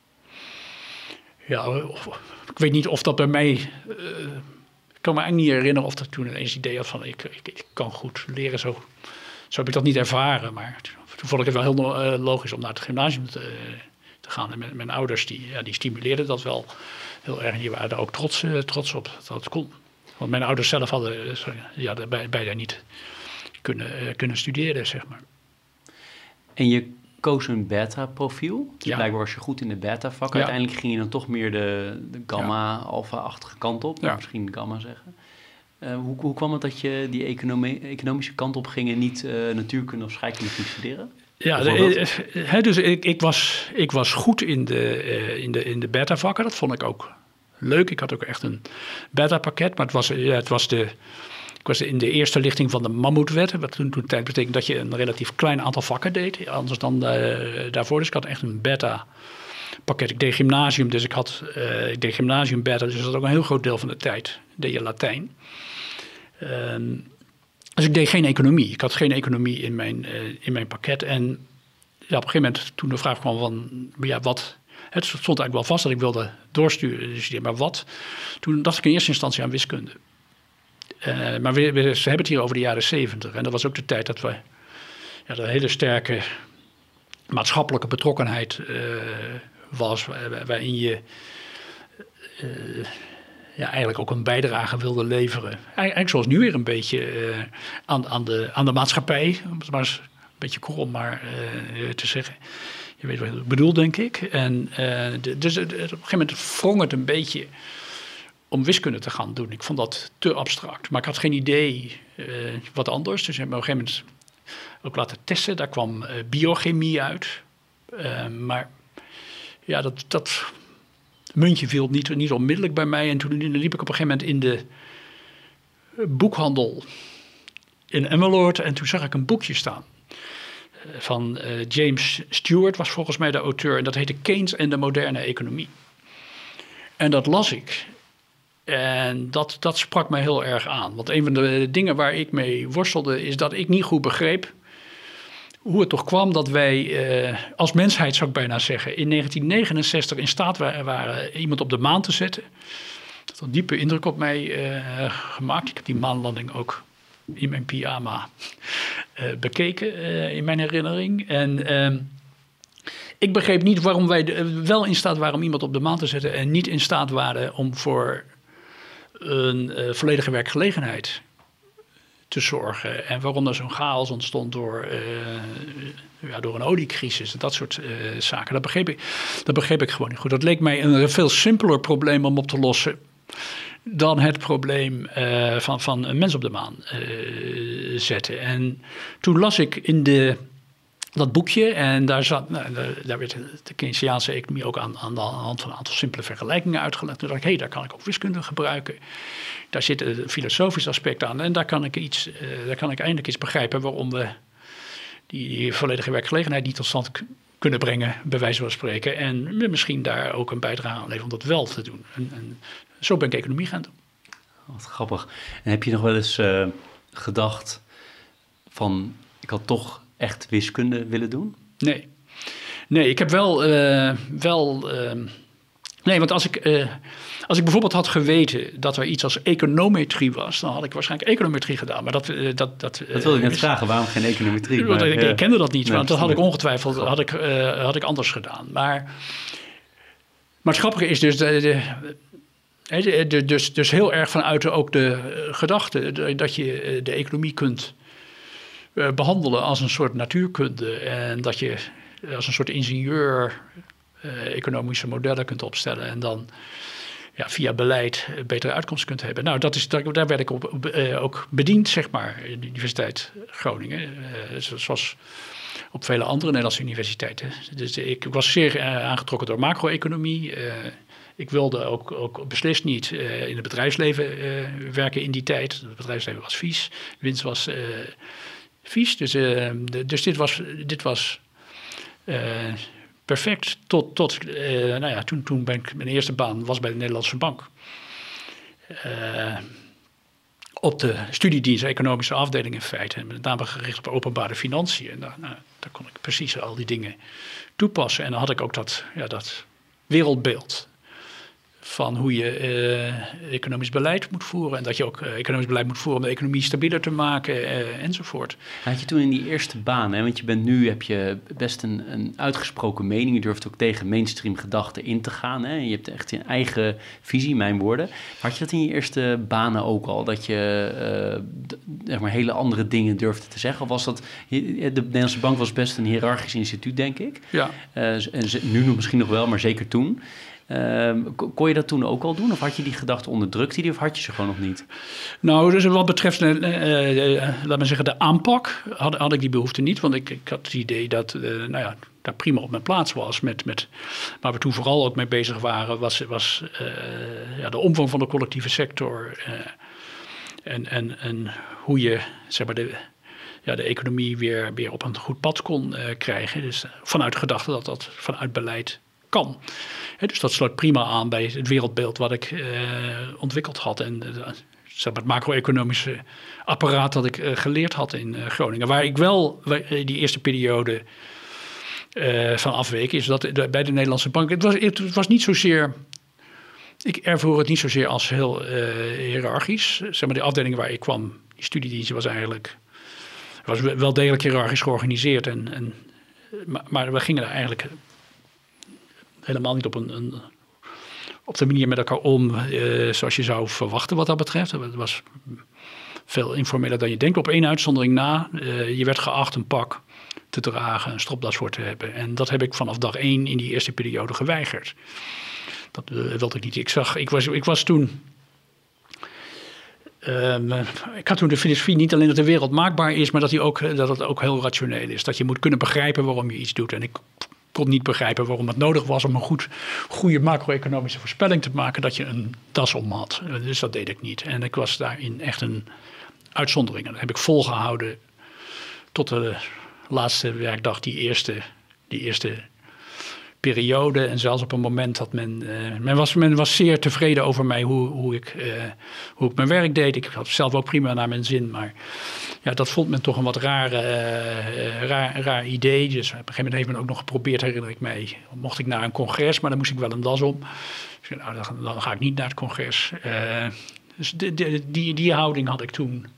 Speaker 2: ik weet niet of dat bij mij... Ik kan me eigenlijk niet herinneren of dat toen ineens het idee had van... ik kan goed leren, zo heb ik dat niet ervaren. Maar toen vond ik het wel heel logisch om naar het gymnasium te gaan. En mijn ouders die stimuleerden dat wel heel erg. En die waren daar ook trots op dat het kon. Want mijn ouders zelf hadden bijna niet kunnen studeren, zeg maar.
Speaker 3: En je koos een beta-profiel. Dus
Speaker 2: ja.
Speaker 3: Blijkbaar was je goed in de beta-vak.
Speaker 2: Ja.
Speaker 3: Uiteindelijk ging je dan toch meer de gamma-alpha-achtige kant op.
Speaker 2: Ja.
Speaker 3: Misschien gamma zeggen. Hoe kwam het dat je die economische kant op ging... en niet natuurkunde of scheikunde ging studeren?
Speaker 2: Ja, dus ik was goed in de beta-vakken. Dat vond ik ook leuk. Ik had ook echt een beta-pakket. Maar ik was in de eerste lichting van de Mammoetwet. Wat toen tijd betekent dat je een relatief klein aantal vakken deed. Anders dan daarvoor. Dus ik had echt een beta-pakket. Ik deed gymnasium, dus ik deed gymnasium beta. Dus dat was ook een heel groot deel van de tijd. Deed je Latijn. Dus ik deed geen economie. Ik had geen economie in mijn pakket. En op een gegeven moment, toen de vraag kwam van... wat... Het stond eigenlijk wel vast dat ik wilde doorstuderen. Maar wat? Toen dacht ik in eerste instantie aan wiskunde. Maar ze hebben het hier over de jaren 70. En dat was ook de tijd dat we een hele sterke maatschappelijke betrokkenheid was. Waarin je eigenlijk ook een bijdrage wilde leveren. Eigenlijk zoals nu weer een beetje aan de maatschappij. Om het maar eens een beetje krom te zeggen. Je weet wat ik bedoel, denk ik. En dus op een gegeven moment wrong het een beetje... om wiskunde te gaan doen. Ik vond dat te abstract. Maar ik had geen idee wat anders. Dus ik heb me op een gegeven moment ook laten testen. Daar kwam biochemie uit. Maar ja, dat muntje viel niet onmiddellijk bij mij. En toen liep ik op een gegeven moment in de boekhandel in Emmeloord. En toen zag ik een boekje staan. Van James Stewart was volgens mij de auteur. En dat heette Keynes en de moderne economie. En dat las ik. En dat sprak mij heel erg aan. Want een van de dingen waar ik mee worstelde... is dat ik niet goed begreep hoe het toch kwam dat wij als mensheid, zou ik bijna zeggen... in 1969 in staat waren iemand op de maan te zetten. Dat had een diepe indruk op mij gemaakt. Ik heb die maanlanding ook in mijn pyjama bekeken in mijn herinnering. En... ik begreep niet waarom wij wel in staat waren om iemand op de maan te zetten... en niet in staat waren om voor een volledige werkgelegenheid te zorgen. En waarom er zo'n chaos ontstond door een oliecrisis en dat soort zaken. Dat begreep ik gewoon niet goed. Dat leek mij een veel simpeler probleem om op te lossen... dan het probleem van een mens op de maan zetten. En toen las ik in dat boekje, en daar werd de Keynesiaanse economie ook aan de hand van een aantal simpele vergelijkingen uitgelegd. Toen dacht ik, daar kan ik ook wiskunde gebruiken. Daar zit een filosofisch aspect aan. En daar kan ik eindelijk iets begrijpen waarom we die volledige werkgelegenheid niet tot stand kunnen brengen, bij wijze van spreken. En misschien daar ook een bijdrage aan leveren om dat wel te doen. En zo ben ik economie gaan doen.
Speaker 3: Wat grappig. En heb je nog wel eens gedacht... van ik had toch echt wiskunde willen doen?
Speaker 2: Nee, ik heb nee, want als ik bijvoorbeeld had geweten dat er iets als econometrie was, dan had ik waarschijnlijk econometrie gedaan. Maar dat
Speaker 3: wilde ik net vragen, waarom geen econometrie?
Speaker 2: Ik kende dat niet, want dat had ik ongetwijfeld had ik anders gedaan. Maar het grappige is dus heel erg vanuit ook de gedachte dat je de economie kunt behandelen als een soort natuurkunde en dat je als een soort ingenieur economische modellen kunt opstellen en dan via beleid betere uitkomsten kunt hebben. Nou, daar werd ik ook bediend, zeg maar, in de Universiteit Groningen. Zoals op vele andere Nederlandse universiteiten. Dus ik was zeer aangetrokken door macro-economie. Ik wilde ook beslist niet in het bedrijfsleven werken in die tijd. Het bedrijfsleven was vies, winst was vies. Dus dit was perfect tot toen ben ik mijn eerste baan was bij de Nederlandse Bank. Op de studiedienst economische afdeling in feite. Met name gericht op openbare financiën. En daar kon ik precies al die dingen toepassen. En dan had ik ook dat wereldbeeld van hoe je economisch beleid moet voeren. En dat je ook economisch beleid moet voeren om de economie stabieler te maken enzovoort.
Speaker 3: Had je toen in die eerste baan, want heb je best een uitgesproken mening. Je durft ook tegen mainstream gedachten in te gaan. Hè? Je hebt echt een eigen visie, mijn woorden. Had je dat in je eerste banen ook al? Dat je hele andere dingen durfde te zeggen? Of was dat, de Nederlandse Bank was best een hiërarchisch instituut, denk ik.
Speaker 2: Ja.
Speaker 3: En nu misschien nog wel, maar zeker toen. Kon je dat toen ook al doen? Of had je die gedachten onderdrukt die of had je ze gewoon nog niet? Nou, dus wat betreft,
Speaker 2: laat maar zeggen, de aanpak had ik die behoefte niet. Want ik had het idee dat daar prima op mijn plaats was. Met waar we toen vooral ook mee bezig waren, was de omvang van de collectieve sector. En hoe je, zeg maar, de economie weer op een goed pad kon krijgen. Dus vanuit de gedachte dat dat vanuit beleid kan. Dus dat sluit prima aan bij het wereldbeeld wat ik ontwikkeld had. En zeg maar, het macro-economische apparaat dat ik geleerd had in Groningen. Waar ik wel die eerste periode van afweek, is dat bij de Nederlandse Bank. Het was niet zozeer. Ik ervoer het niet zozeer als heel hiërarchisch. Zeg maar, de afdeling waar ik kwam, die studiedienst, was wel degelijk hiërarchisch georganiseerd. Maar we gingen er eigenlijk helemaal niet op de manier met elkaar om zoals je zou verwachten wat dat betreft. Het was veel informeler dan je denkt. Op één uitzondering na. Je werd geacht een pak te dragen, een stropdas voor te hebben. En dat heb ik vanaf dag 1 in die eerste periode geweigerd. Dat wilde ik niet. Ik was toen. Ik had toen de filosofie niet alleen dat de wereld maakbaar is, maar dat het ook heel rationeel is. Dat je moet kunnen begrijpen waarom je iets doet. En ik kon niet begrijpen waarom het nodig was om een goede macro-economische voorspelling te maken dat je een das om had. Dus dat deed ik niet. En ik was daarin echt een uitzondering. En dat heb ik volgehouden tot de laatste werkdag, die eerste periode. En zelfs op een moment dat men was zeer tevreden over mij hoe ik mijn werk deed. Ik had zelf ook prima naar mijn zin, maar ja, dat vond men toch een wat raar idee. Dus op een gegeven moment heeft men ook nog geprobeerd, herinner ik mij, mocht ik naar een congres, maar dan moest ik wel een das om. Dus dan ga ik niet naar het congres. Dus die houding had ik toen.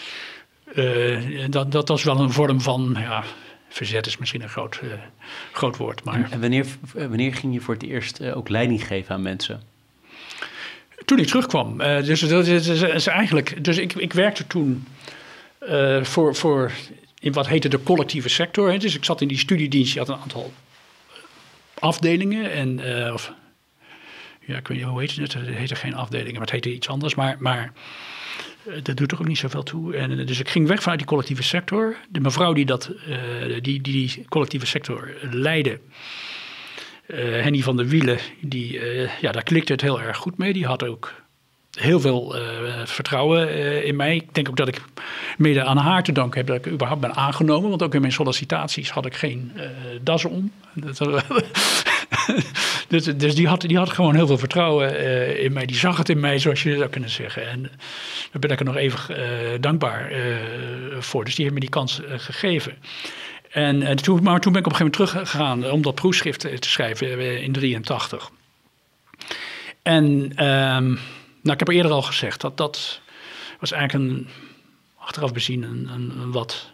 Speaker 2: Dat was wel een vorm van, verzet is misschien een groot woord. Maar.
Speaker 3: En wanneer ging je voor het eerst ook leiding geven aan mensen?
Speaker 2: Toen ik terugkwam. Dus ik werkte toen voor in wat heette de collectieve sector. Hè. Dus ik zat in die studiedienst, je had een aantal afdelingen. Ik weet niet, hoe heette het? Het heette geen afdelingen, maar het heette iets anders. Maar dat doet er ook niet zoveel toe. En dus ik ging weg vanuit die collectieve sector. De mevrouw die collectieve sector leidde, Henny van der Wielen, daar klikte het heel erg goed mee. Die had ook heel veel vertrouwen in mij. Ik denk ook dat ik mede aan haar te danken heb dat ik überhaupt ben aangenomen. Want ook in mijn sollicitaties had ik geen das om. Dus die had gewoon heel veel vertrouwen in mij. Die zag het in mij, zoals je zou kunnen zeggen. En daar ben ik er nog even dankbaar voor. Dus die heeft me die kans gegeven. Maar toen ben ik op een gegeven moment teruggegaan om dat proefschrift te schrijven in 1983. En ik heb eerder al gezegd dat was eigenlijk achteraf bezien een wat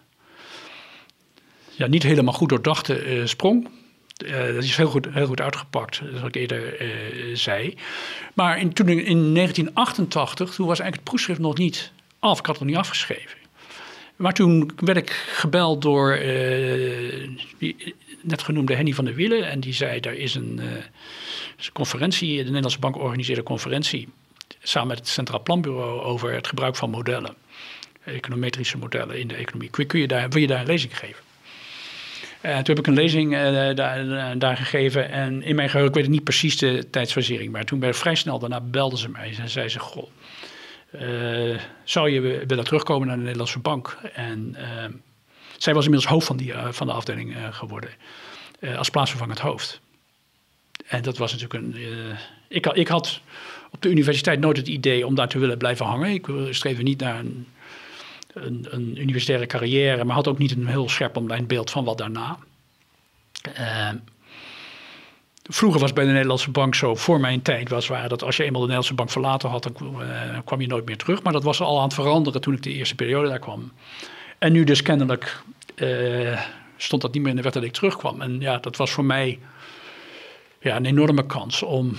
Speaker 2: niet helemaal goed doordachte sprong. Dat is heel goed uitgepakt, zoals ik eerder zei. Maar toen in 1988, toen was eigenlijk het proefschrift nog niet af. Ik had het nog niet afgeschreven. Maar toen werd ik gebeld door die net genoemde Henny van der Wielen. En die zei, er is een conferentie, de Nederlandse Bank organiseerde een conferentie samen met het Centraal Planbureau over het gebruik van modellen. Econometrische modellen in de economie. Wil je daar een lezing geven? Toen heb ik een lezing daar gegeven. En in mijn geheugen, ik weet niet precies de tijdsfasering, maar toen vrij snel daarna belden ze mij en zei ze, goh, zou je willen terugkomen naar de Nederlandse Bank? En zij was inmiddels hoofd van de afdeling geworden, als plaatsvervangend hoofd. En dat was natuurlijk ik had op de universiteit nooit het idee om daar te willen blijven hangen. Ik streefde niet naar een universitaire carrière, maar had ook niet een heel scherp online beeld van wat daarna. Vroeger was bij de Nederlandse Bank zo, voor mijn tijd dat als je eenmaal de Nederlandse Bank verlaten had, dan kwam je nooit meer terug. Maar dat was al aan het veranderen toen ik de eerste periode daar kwam. En nu dus kennelijk stond dat niet meer in de wet dat ik terugkwam. En ja, dat was voor mij een enorme kans om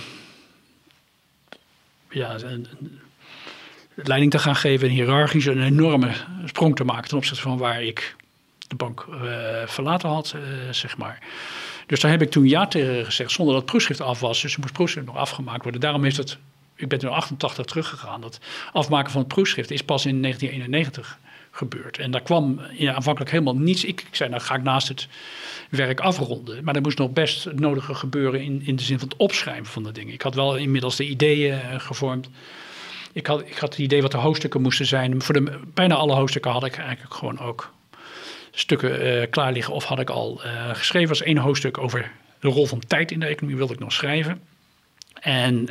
Speaker 2: leiding te gaan geven, hiërarchisch een enorme sprong te maken ten opzichte van waar ik de bank verlaten had, zeg maar. Dus daar heb ik toen ja tegen gezegd, zonder dat het proefschrift af was. Dus er moest het proefschrift nog afgemaakt worden. Daarom is ik ben toen in 88 teruggegaan. Dat afmaken van het proefschrift is pas in 1991 gebeurd. En daar kwam aanvankelijk helemaal niets. Ik zei, nou ga ik naast het werk afronden. Maar er moest nog best het nodige gebeuren in de zin van het opschrijven van de dingen. Ik had wel inmiddels de ideeën gevormd. Ik had het idee wat de hoofdstukken moesten zijn. Voor bijna alle hoofdstukken had ik eigenlijk gewoon ook stukken klaar liggen. Of had ik al geschreven. Er was 1 hoofdstuk over de rol van tijd in de economie. Wilde ik nog schrijven. En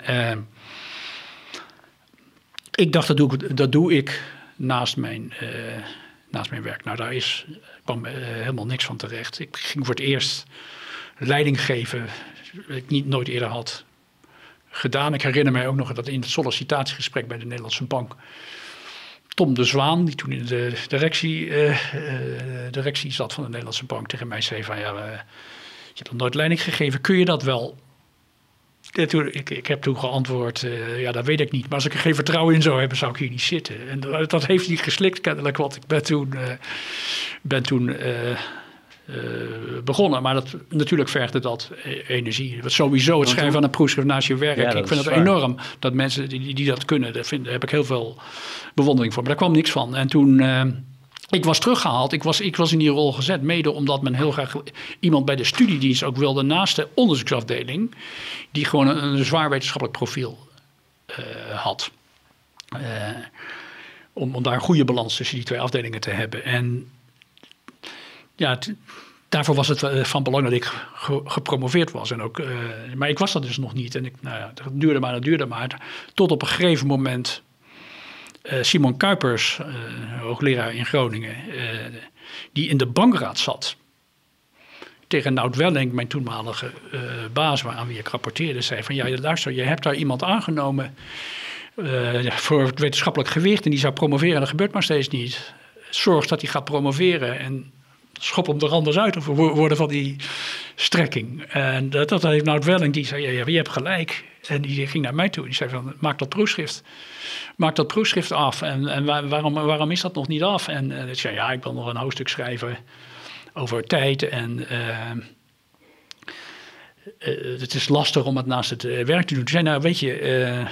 Speaker 2: ik dacht, dat doe ik naast mijn werk. Nou, daar kwam helemaal niks van terecht. Ik ging voor het eerst leiding geven. Wat ik nooit eerder had gedaan. Ik herinner mij ook nog dat in het sollicitatiegesprek bij de Nederlandse Bank Tom de Zwaan, die toen in de directie zat van de Nederlandse Bank, tegen mij zei van je hebt nog nooit leiding gegeven, kun je dat wel? Ik heb toen geantwoord, dat weet ik niet. Maar als ik er geen vertrouwen in zou hebben, zou ik hier niet zitten. En dat heeft hij geslikt kennelijk, want ik ben toen begonnen. Maar natuurlijk vergde dat energie. Sowieso het schrijven van een proefschrift naast je werk. Ik vind het enorm dat mensen die dat kunnen, daar heb ik heel veel bewondering voor. Maar daar kwam niks van. En toen ik was teruggehaald. Ik was in die rol gezet, mede omdat men heel graag iemand bij de studiedienst ook wilde naast de onderzoeksafdeling, die gewoon een zwaar wetenschappelijk profiel had. Om daar een goede balans tussen die 2 afdelingen te hebben. En daarvoor was het van belang dat ik gepromoveerd was. En ook, maar ik was dat dus nog niet. En dat duurde maar. Tot op een gegeven moment Simon Kuipers, hoogleraar in Groningen, die in de bankraad zat, tegen Nout Welling, mijn toenmalige baas, aan wie ik rapporteerde, zei van luister, je hebt daar iemand aangenomen voor het wetenschappelijk gewicht en die zou promoveren en dat gebeurt maar steeds niet. Zorg dat hij gaat promoveren en schop hem er anders uit of worden van die strekking. En dat heeft Nout Welling, die zei, je hebt gelijk. En die ging naar mij toe. Die zei van, maak dat proefschrift af. En waarom is dat nog niet af? En ik zei, ik wil nog een hoofdstuk schrijven over tijd. En het is lastig om het naast het werk te doen. Toen zei, weet je,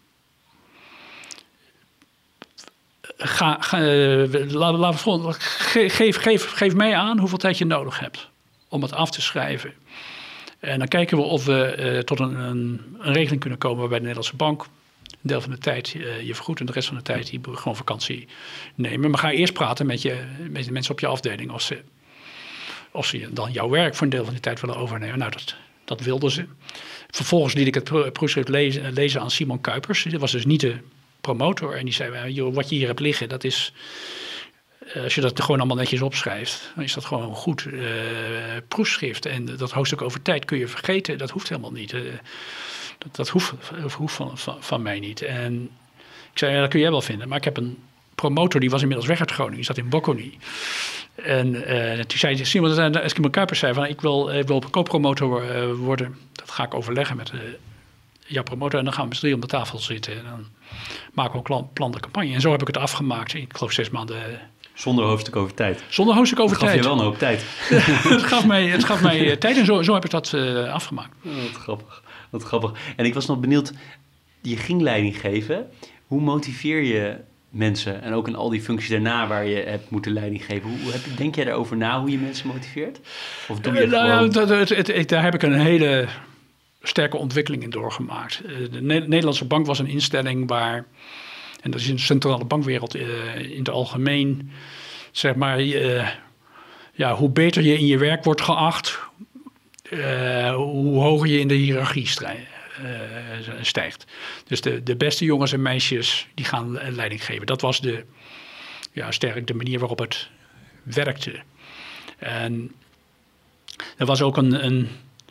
Speaker 2: geef mij aan hoeveel tijd je nodig hebt om het af te schrijven. En dan kijken we of we tot een regeling kunnen komen waarbij de Nederlandse Bank een deel van de tijd je vergoedt en de rest van de tijd die gewoon vakantie nemen. Maar ga eerst praten met de mensen op je afdeling of ze dan jouw werk voor een deel van de tijd willen overnemen. Nou, Dat wilden ze. Vervolgens liet ik het proefschrift lezen aan Simon Kuipers. Dat was dus niet de promotor. En die zei, joh, wat je hier hebt liggen, dat is... Als je dat gewoon allemaal netjes opschrijft, dan is dat gewoon een goed proefschrift. En dat hoofdstuk over tijd kun je vergeten. Dat hoeft helemaal niet. Dat hoeft van mij niet. En ik zei, ja, dat kun jij wel vinden. Maar ik heb een promotor, die was inmiddels weg uit Groningen. Die zat in Bocconi. En toen zei Simon Kuipers zei van, ik wil co-promotor worden. Dat ga ik overleggen met jouw promotor. En dan gaan we met z'n drieën om de tafel zitten. En dan maken we een plan de campagne. En zo heb ik het afgemaakt. Ik geloof 6 maanden...
Speaker 3: Zonder hoofdstuk over tijd.
Speaker 2: Zonder hoofdstuk over tijd.
Speaker 3: Dat gaf je wel een hoop tijd.
Speaker 2: het gaf mij tijd en zo heb ik dat afgemaakt.
Speaker 3: Oh, wat grappig. En ik was nog benieuwd, je ging leiding geven. Hoe motiveer je mensen? En ook in al die functies daarna waar je hebt moeten leiding geven. Denk jij daarover na hoe je mensen motiveert? Of doe je het gewoon?
Speaker 2: Daar heb ik een hele sterke ontwikkeling in doorgemaakt. De Nederlandse Bank was een instelling waar... En dat is in de centrale bankwereld in het algemeen, zeg maar, hoe beter je in je werk wordt geacht, hoe hoger je in de hiërarchie stijgt. Dus de beste jongens en meisjes, die gaan leiding geven. Dat was sterk de manier waarop het werkte. En er was ook een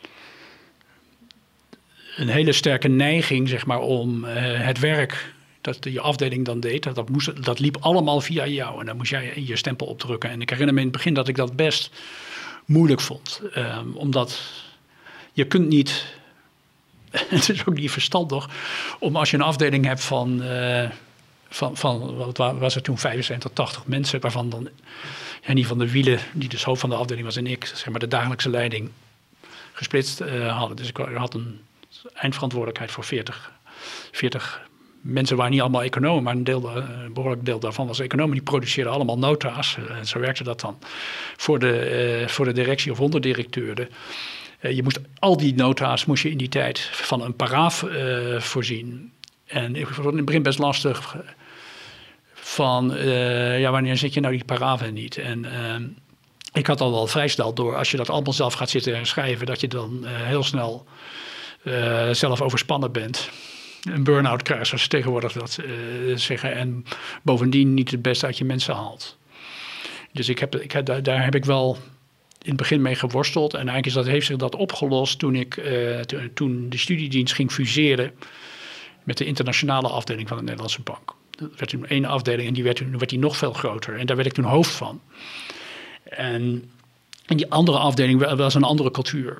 Speaker 2: hele sterke neiging, zeg maar, om het werk... dat je afdeling dan deed, dat liep allemaal via jou. En dan moest jij je stempel opdrukken. En ik herinner me in het begin dat ik dat best moeilijk vond. Omdat je kunt niet... het is ook niet verstandig om als je een afdeling hebt van wat was er toen, 75 tot 80 mensen... waarvan dan Henny van der Wielen, die dus hoofd van de afdeling was... en ik, zeg maar, de dagelijkse leiding gesplitst hadden. Dus ik had een eindverantwoordelijkheid voor 40 mensen waren niet allemaal economen, maar een behoorlijk deel daarvan was economen. Die produceerden allemaal nota's. Zo werkte dat dan voor de directie of onderdirecteuren. Je moest al die nota's moest je in die tijd van een paraaf voorzien. En ik vond het in het begin best lastig van wanneer zet je nou die paraven niet? En ik had al wel vrij snel door, als je dat allemaal zelf gaat zitten en schrijven, dat je dan heel snel zelf overspannen bent. Een burn-out krijgt, zoals ze tegenwoordig dat zeggen. En bovendien niet het beste uit je mensen haalt. Dus daar heb ik wel in het begin mee geworsteld. En eigenlijk heeft zich dat opgelost toen de studiedienst ging fuseren met de internationale afdeling van de Nederlandse Bank. Dat werd toen één afdeling en werd die nog veel groter. En daar werd ik toen hoofd van. En die andere afdeling was een andere cultuur.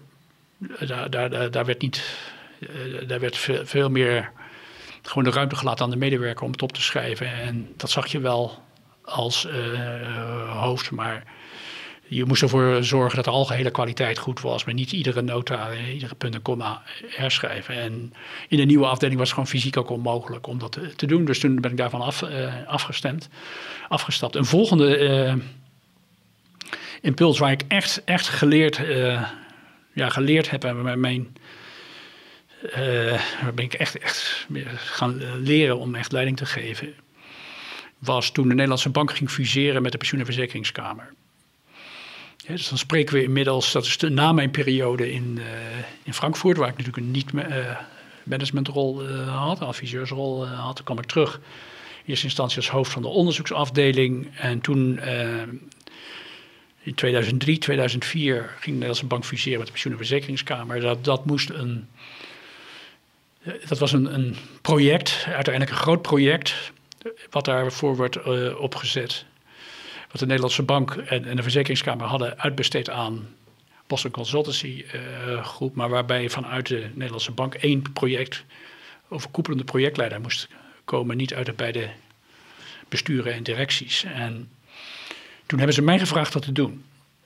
Speaker 2: Daar werd veel meer gewoon de ruimte gelaten aan de medewerker om het op te schrijven. En dat zag je wel als hoofd, maar je moest ervoor zorgen dat de algehele kwaliteit goed was, maar niet iedere nota, iedere punt en komma herschrijven. En in de nieuwe afdeling was het gewoon fysiek ook onmogelijk om dat te doen. Dus toen ben ik daarvan afgestapt. Een volgende impuls waar ik echt geleerd heb en waar ben ik echt gaan leren om echt leiding te geven, was toen de Nederlandse Bank ging fuseren met de Pensioen- en Verzekeringskamer. Ja, dus dan spreken we inmiddels, dat is na mijn periode in Frankfurt, waar ik natuurlijk een niet-managementrol had, een adviseursrol had. Toen kwam ik terug, in eerste instantie als hoofd van de onderzoeksafdeling. En toen in 2003, 2004 ging de Nederlandse Bank fuseren met de Pensioen- en Verzekeringskamer. Dat was een project, uiteindelijk een groot project, wat daarvoor werd opgezet. Wat de Nederlandse Bank en de Verzekeringskamer hadden uitbesteed aan Boston Consultancy Groep, maar waarbij vanuit de Nederlandse Bank 1 project, overkoepelende projectleider moest komen, niet uit de beide besturen en directies. En toen hebben ze mij gevraagd dat te doen.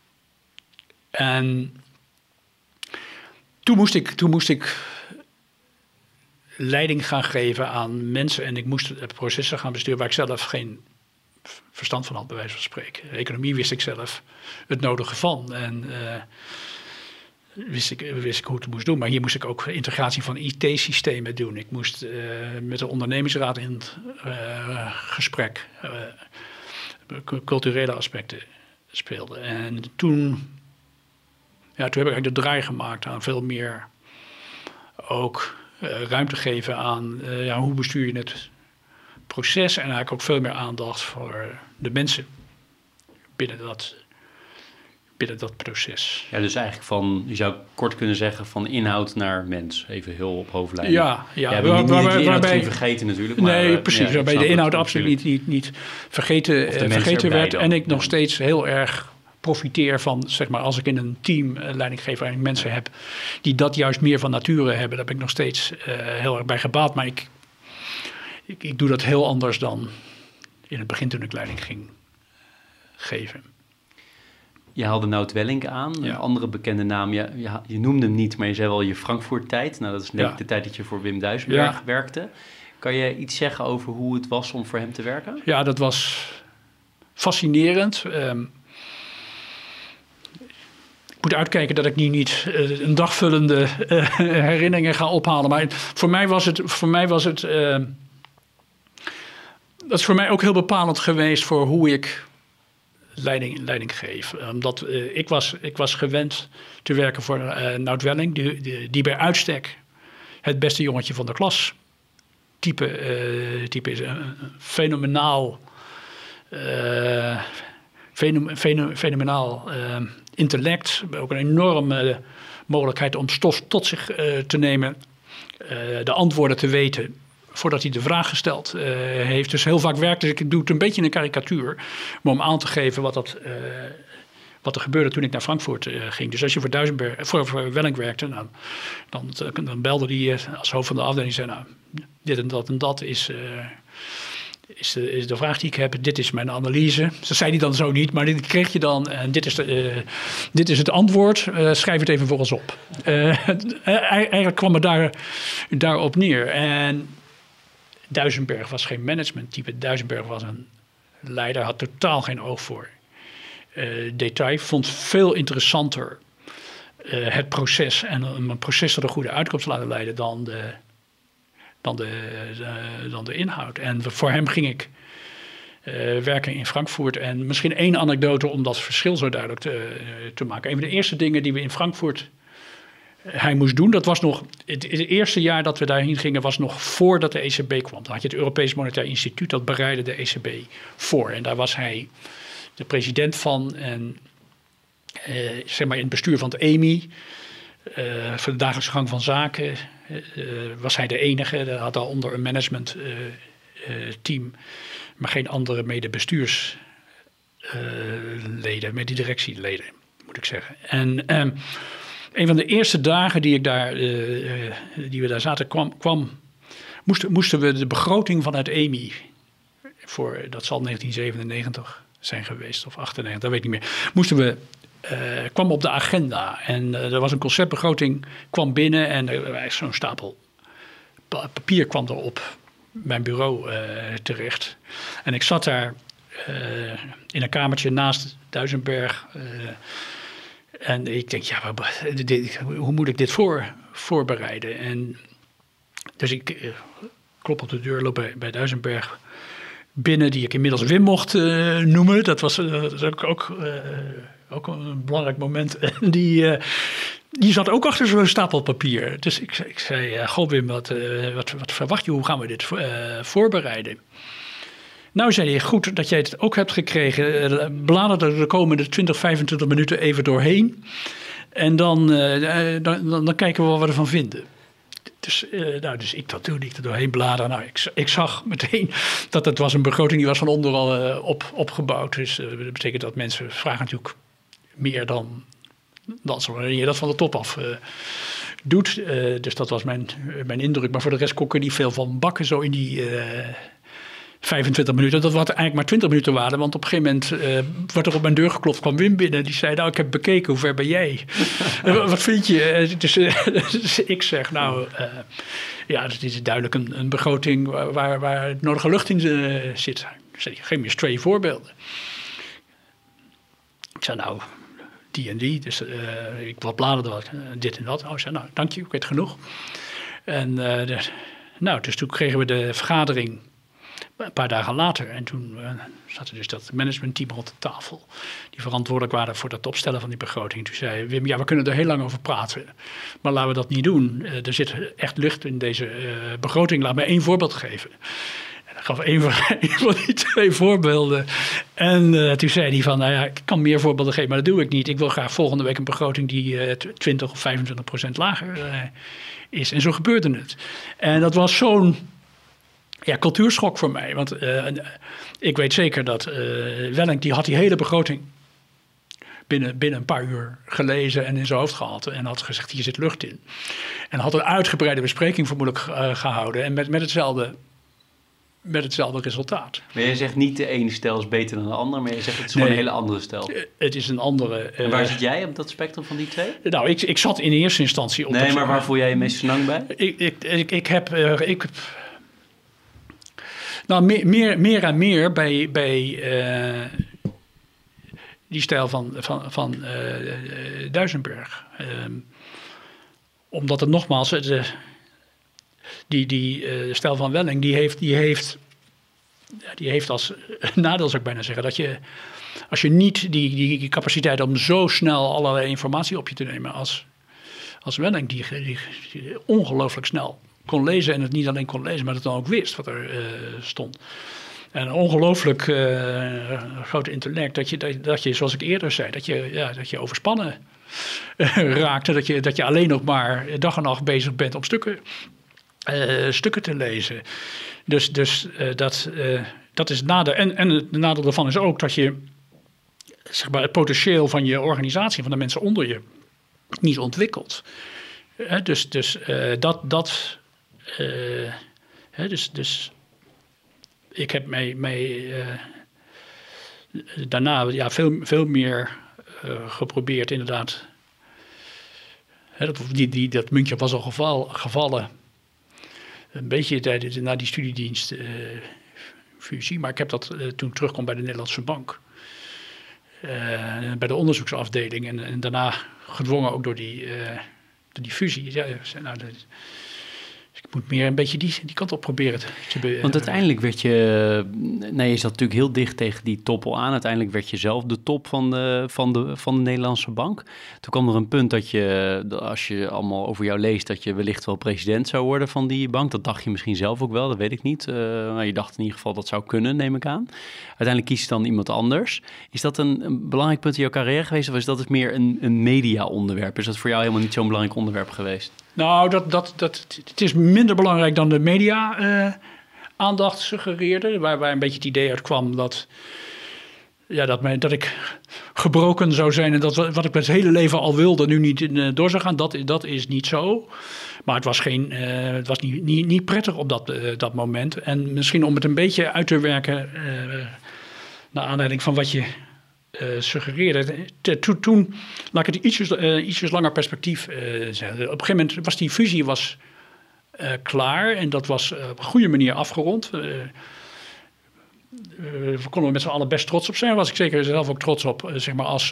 Speaker 2: En toen moest ik leiding gaan geven aan mensen en ik moest processen gaan besturen waar ik zelf geen verstand van had, bij wijze van spreken. Economie wist ik zelf het nodige van en wist ik hoe ik het moest doen. Maar hier moest ik ook integratie van IT-systemen doen. Ik moest met de ondernemingsraad in gesprek. Culturele aspecten speelden. En toen heb ik eigenlijk de draai gemaakt aan veel meer ook ruimte geven aan hoe bestuur je het proces. En eigenlijk ook veel meer aandacht voor de mensen binnen dat proces.
Speaker 3: Ja, dus eigenlijk je zou kort kunnen zeggen van inhoud naar mens. Even heel op hoofdlijn.
Speaker 2: Ja.
Speaker 3: Waarbij ging vergeten natuurlijk. Maar,
Speaker 2: nee, precies. Waarbij de inhoud absoluut niet vergeten werd. En ik nog steeds heel erg profiteer van, zeg maar, als ik in een team leidinggever en mensen heb die dat juist meer van nature hebben, daar ben ik nog steeds heel erg bij gebaat. Maar ik doe dat heel anders dan in het begin toen ik leiding ging geven.
Speaker 3: Je haalde Nout Welling aan, een andere bekende naam. Je noemde hem niet, maar je zei wel je Frankfurt-tijd. Nou, dat is net de tijd dat je voor Wim Duisenberg werkte. Kan je iets zeggen over hoe het was om voor hem te werken? Ja,
Speaker 2: dat was fascinerend. Ik moet uitkijken dat ik nu niet een dagvullende herinneringen ga ophalen. Maar voor mij was het dat is voor mij ook heel bepalend geweest voor hoe ik leiding geef. Omdat ik was gewend te werken voor Nout Welling, die bij uitstek het beste jongetje van de klas type is. Fenomenaal intellect. Ook een enorme mogelijkheid om stof tot zich te nemen. De antwoorden te weten voordat hij de vraag gesteld heeft. Dus heel vaak werkte ik doe het een beetje in een karikatuur, maar om aan te geven wat er gebeurde toen ik naar Frankfurt ging. Dus als je voor Welling werkte, dan belde hij als hoofd van de afdeling en zei, nou, dit en dat is de vraag die ik heb. Dit is mijn analyse. Dat zei hij dan zo niet, maar dit kreeg je dan. En dit is het antwoord. Schrijf het even voor ons op. Eigenlijk kwam het daarop neer. En Duisenberg was geen managementtype. Duisenberg was een leider, had totaal geen oog voor detail. Vond veel interessanter het proces en een proces tot een goede uitkomst laten leiden dan de inhoud. En voor hem ging ik werken in Frankfurt. En misschien één anekdote om dat verschil zo duidelijk te maken. Een van de eerste dingen die we in Frankfurt hij moest doen, dat was nog het eerste jaar dat we daarheen gingen, was nog voordat de ECB kwam. Dan had je het Europees Monetair Instituut, dat bereidde de ECB voor. En daar was hij de president van en zeg maar in het bestuur van het EMI, voor de dagelijkse gang van zaken, was hij de enige. Hij had daaronder een management team, maar geen andere medebestuursleden, mededirectieleden, moet ik zeggen. En een van de eerste dagen die we daar zaten, moesten we de begroting van het EMI, dat zal 1997 zijn geweest, of 98, dat weet ik niet meer, kwam op de agenda. En er was een conceptbegroting, kwam binnen en zo'n stapel papier kwam er op mijn bureau terecht. En ik zat daar in een kamertje naast Duisenberg. En ik denk, hoe moet ik dit voorbereiden? En dus ik klop op de deur, loop bij Duisenberg binnen, die ik inmiddels Wim mocht noemen. Dat was ook een belangrijk moment. En die zat ook achter zo'n stapel papier. Dus ik zei, goh Wim, wat verwacht je? Hoe gaan we dit voorbereiden? Nou, zei hij, goed dat jij het ook hebt gekregen. Blader er de komende 20, 25 minuten even doorheen. En dan kijken we wat we ervan vinden. Dus ik dat toen, ik er doorheen bladeren. Nou, ik zag meteen dat het was een begroting die was van onder al opgebouwd. Dus dat betekent dat mensen vragen natuurlijk meer dan wanneer je dat van de top af doet. Dus dat was mijn indruk. Maar voor de rest kon ik er niet veel van bakken zo in die 25 minuten. Dat wat eigenlijk maar 20 minuten waren. Want op een gegeven moment wordt er op mijn deur geklopt, kwam Wim binnen. Die zei, nou, ik heb bekeken, hoe ver ben jij? Wat vind je? Dus ik zeg, het is duidelijk een begroting waar het nodige lucht in zit. Geef me eens 2 voorbeelden. Ik zei, nou, die en die. Dus ik wat bladerde dit en dat. Ik zei, nou, dank je, ik weet genoeg. En dus toen kregen we de vergadering een paar dagen later. En toen zat er dus dat managementteam rond de tafel. Die verantwoordelijk waren voor het opstellen van die begroting. Toen zei Wim, we kunnen er heel lang over praten. Maar laten we dat niet doen. Er zit echt lucht in deze begroting. Laat me 1 voorbeeld geven. En hij gaf een van die 2 voorbeelden. En toen zei hij van, ik kan meer voorbeelden geven, maar dat doe ik niet. Ik wil graag volgende week een begroting die 20 of 25% lager is. En zo gebeurde het. En dat was zo'n cultuurschok voor mij. Want ik weet zeker dat Wellink, die had die hele begroting binnen een paar uur gelezen en in zijn hoofd gehad. En had gezegd, hier zit lucht in. En had een uitgebreide bespreking vermoedelijk gehouden. En met hetzelfde resultaat.
Speaker 3: Maar jij zegt niet de ene stijl is beter dan de andere, maar je zegt het is gewoon een hele andere stijl.
Speaker 2: Het is een andere...
Speaker 3: En waar zit jij op dat spectrum van die 2?
Speaker 2: Nou, ik zat in eerste instantie op...
Speaker 3: Nee, maar waar voel jij je meest lang bij?
Speaker 2: Ik heb... Nou, meer en meer bij die stijl van Duisenberg. Omdat het nogmaals, die stijl van Welling, die heeft als nadeel, zou ik bijna zeggen, dat je, als je niet die capaciteit om zo snel allerlei informatie op je te nemen als Welling, die ongelooflijk snel kon lezen en het niet alleen kon lezen, maar het dan ook wist wat er stond. En een ongelooflijk groot intellect, dat je, zoals ik eerder zei, dat je overspannen raakte. Dat je alleen nog maar dag en nacht bezig bent om stukken te lezen. Dus dat is het nadeel. En het nadeel daarvan is ook dat je, zeg maar, het potentieel van je organisatie, van de mensen onder je, niet ontwikkelt. Dus ik heb mij daarna veel meer geprobeerd, inderdaad. Dat muntje was al gevallen. Een beetje na die studiedienst fusie. Maar ik heb dat toen terugkwam bij de Nederlandse Bank. Bij de onderzoeksafdeling. En daarna gedwongen ook door die fusie. Ja, ik moet meer een beetje die kant op proberen te
Speaker 3: Want uiteindelijk werd je... je zat natuurlijk heel dicht tegen die toppel aan. Uiteindelijk werd je zelf de top van de Nederlandse Bank. Toen kwam er een punt dat je, als je allemaal over jou leest, dat je wellicht wel president zou worden van die bank. Dat dacht je misschien zelf ook wel, dat weet ik niet. Maar je dacht in ieder geval dat zou kunnen, neem ik aan. Uiteindelijk kies je dan iemand anders. Is dat een belangrijk punt in jouw carrière geweest? Of is dat meer een media-onderwerp? Is dat voor jou helemaal niet zo'n belangrijk onderwerp geweest?
Speaker 2: Nou, het is minder belangrijk dan de media-aandacht suggereerde. Waar een beetje het idee uit kwam dat ik gebroken zou zijn. En dat wat ik het hele leven al wilde nu niet door zou gaan. Dat is niet zo. Maar het was niet prettig op dat moment. En misschien om het een beetje uit te werken, naar aanleiding van wat je suggereerde. Toen, laat ik het ietsjes langer perspectief zeggen. Op een gegeven moment was die fusie klaar en dat was op een goede manier afgerond. We konden met z'n allen best trots op zijn. Daar was ik zeker zelf ook trots op, zeg maar als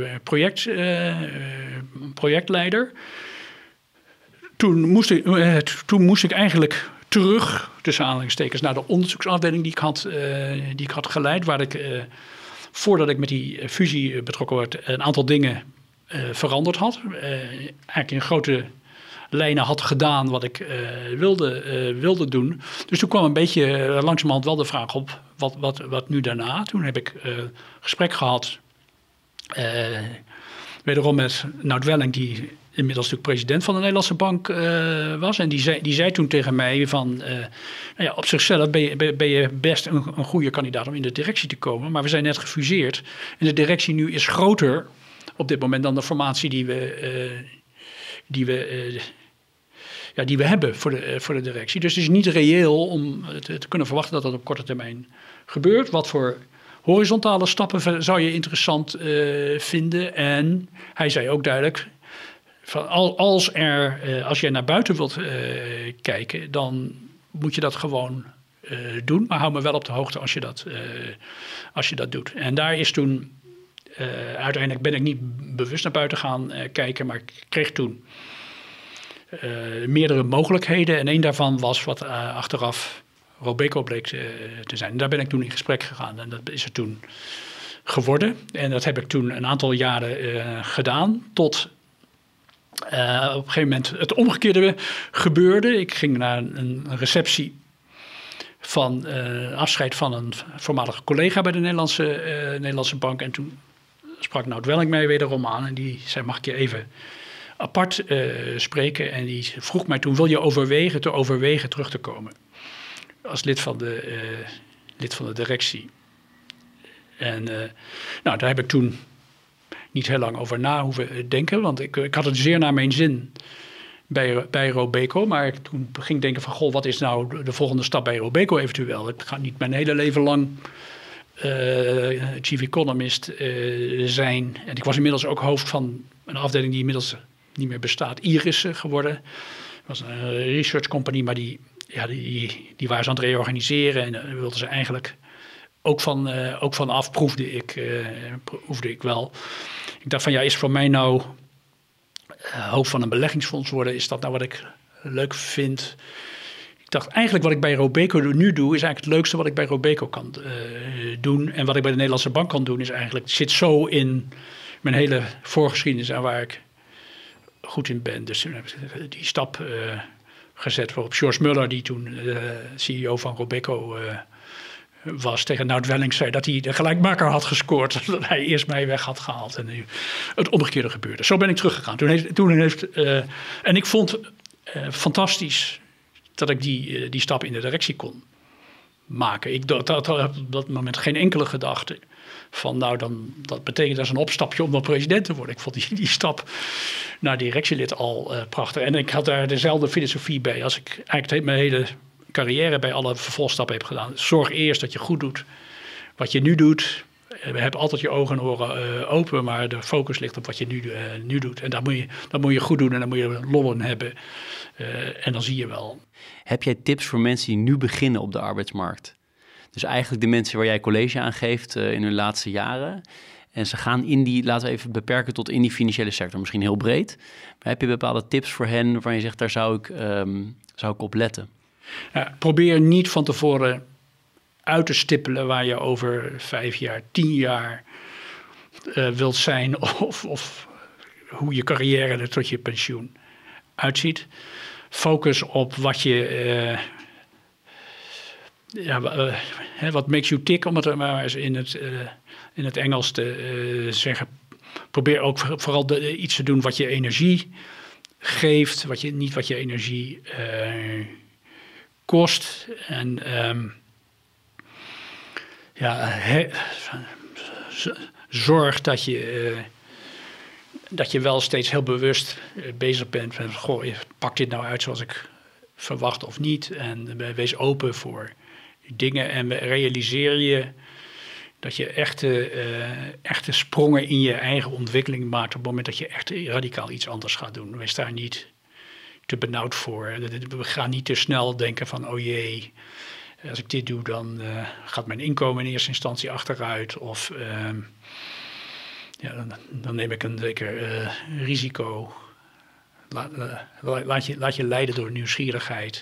Speaker 2: projectleider. Toen moest ik eigenlijk terug, tussen aanhalingstekens, naar de onderzoeksafdeling die ik had geleid, waar ik voordat ik met die fusie betrokken werd, een aantal dingen veranderd had. Eigenlijk in grote lijnen had gedaan wat ik wilde doen. Dus toen kwam een beetje langzamerhand wel de vraag op, wat nu daarna? Toen heb ik gesprek gehad, wederom met Nout Welling, die inmiddels natuurlijk president van de Nederlandse Bank was. En die zei toen tegen mij van, op zichzelf ben je best een goede kandidaat om in de directie te komen. Maar we zijn net gefuseerd. En de directie nu is groter op dit moment dan de formatie die we hebben voor de directie. Dus het is niet reëel om te kunnen verwachten dat dat op korte termijn gebeurt. Wat voor horizontale stappen zou je interessant vinden? En hij zei ook duidelijk, als jij naar buiten wilt kijken, dan moet je dat gewoon doen. Maar hou me wel op de hoogte als je dat doet. En daar is toen, uiteindelijk ben ik niet bewust naar buiten gaan kijken, maar ik kreeg toen meerdere mogelijkheden. En één daarvan was wat achteraf Robeco bleek te zijn. En daar ben ik toen in gesprek gegaan en dat is er toen geworden. En dat heb ik toen een aantal jaren gedaan tot op een gegeven moment het omgekeerde gebeurde. Ik ging naar een receptie van afscheid van een voormalige collega bij de Nederlandse bank. En toen sprak Nout Welling mij wederom aan en die zei, mag ik je even apart spreken? En die vroeg mij toen, wil je overwegen terug te komen? Als lid van de directie. En daar heb ik toen niet heel lang over na hoeven denken, want ik had het zeer naar mijn zin bij Robeco, maar toen ging ik denken van, goh, wat is nou de volgende stap bij Robeco eventueel? Ik ga niet mijn hele leven lang chief economist zijn. En ik was inmiddels ook hoofd van een afdeling die inmiddels niet meer bestaat, Iris geworden. Het was een research company, maar die waren ze aan het reorganiseren en daar wilden ze eigenlijk ook van af, proefde ik wel. Ik dacht van, is voor mij nou hoofd van een beleggingsfonds worden, is dat nou wat ik leuk vind? Ik dacht eigenlijk wat ik bij Robeco nu doe, is eigenlijk het leukste wat ik bij Robeco kan doen. En wat ik bij de Nederlandse Bank kan doen, is eigenlijk, zit zo in mijn hele voorgeschiedenis en waar ik goed in ben. Dus toen heb ik die stap gezet waarop George Muller, die toen CEO van Robeco was, tegen Nout Welling zei dat hij de gelijkmaker had gescoord. Dat hij eerst mij weg had gehaald en nu het omgekeerde gebeurde. Zo ben ik teruggegaan. En ik vond fantastisch dat ik die stap in de directie kon maken. Ik had op dat moment geen enkele gedachte van, dat betekent dat is een opstapje om dan president te worden. Ik vond die stap naar directielid al prachtig. En ik had daar dezelfde filosofie bij als ik eigenlijk mijn hele carrière bij alle vervolgstappen heb gedaan. Zorg eerst dat je goed doet wat je nu doet. Heb altijd je ogen en oren open, maar de focus ligt op wat je nu doet. En dat moet je goed doen en dan moet je lol in hebben. En dan zie je wel.
Speaker 3: Heb jij tips voor mensen die nu beginnen op de arbeidsmarkt? Dus eigenlijk de mensen waar jij college aan geeft in hun laatste jaren. En ze gaan laten we even beperken tot in die financiële sector. Misschien heel breed. Maar heb je bepaalde tips voor hen waarvan je zegt, daar zou ik op letten?
Speaker 2: Probeer niet van tevoren uit te stippelen waar je over 5 jaar, 10 jaar wilt zijn. Of hoe je carrière er tot je pensioen uitziet. Focus op wat je wat makes you tick, om het maar eens in het Engels te zeggen. Probeer ook vooral iets te doen wat je energie geeft, niet wat je energie kost. En zorg dat je wel steeds heel bewust bezig bent van, goh, pak dit nou uit zoals ik verwacht of niet. En wees open voor dingen en realiseer je dat je echte sprongen in je eigen ontwikkeling maakt op het moment dat je echt radicaal iets anders gaat doen. Wees daar niet te benauwd voor. We gaan niet te snel denken van, oh jee, als ik dit doe, dan gaat mijn inkomen in eerste instantie achteruit. Of dan neem ik een zeker risico. Laat je leiden door nieuwsgierigheid.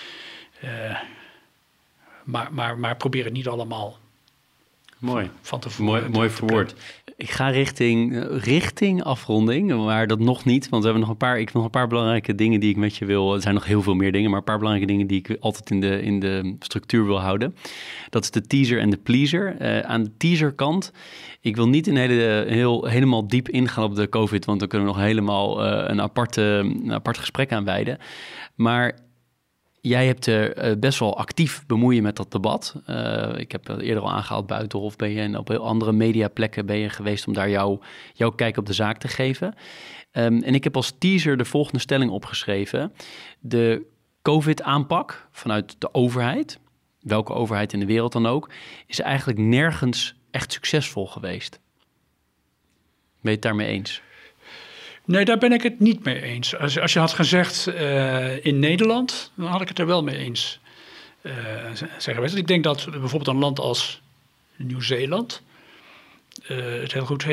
Speaker 2: Maar probeer het niet allemaal van tevoren.
Speaker 3: Mooi verwoord. Ik ga richting afronding, maar dat nog niet. Want we hebben ik heb nog een paar belangrijke dingen die ik met je wil. Er zijn nog heel veel meer dingen, maar een paar belangrijke dingen die ik altijd in de structuur wil houden. Dat is de teaser en de pleaser. Aan de teaserkant, ik wil niet helemaal diep ingaan op de COVID, want dan kunnen we nog helemaal een apart gesprek aan wijden. Maar jij hebt er best wel actief bemoeien met dat debat. Ik heb eerder al aangehaald, Buitenhof ben je en op heel andere mediaplekken ben je geweest om daar jouw kijk op de zaak te geven. En ik heb als teaser de volgende stelling opgeschreven. De COVID-aanpak vanuit de overheid, welke overheid in de wereld dan ook, is eigenlijk nergens echt succesvol geweest. Ben je het daarmee eens?
Speaker 2: Nee, daar ben ik het niet mee eens. Als je had gezegd in Nederland, dan had ik het er wel mee eens. Ik denk dat bijvoorbeeld een land als Nieuw-Zeeland het heel goed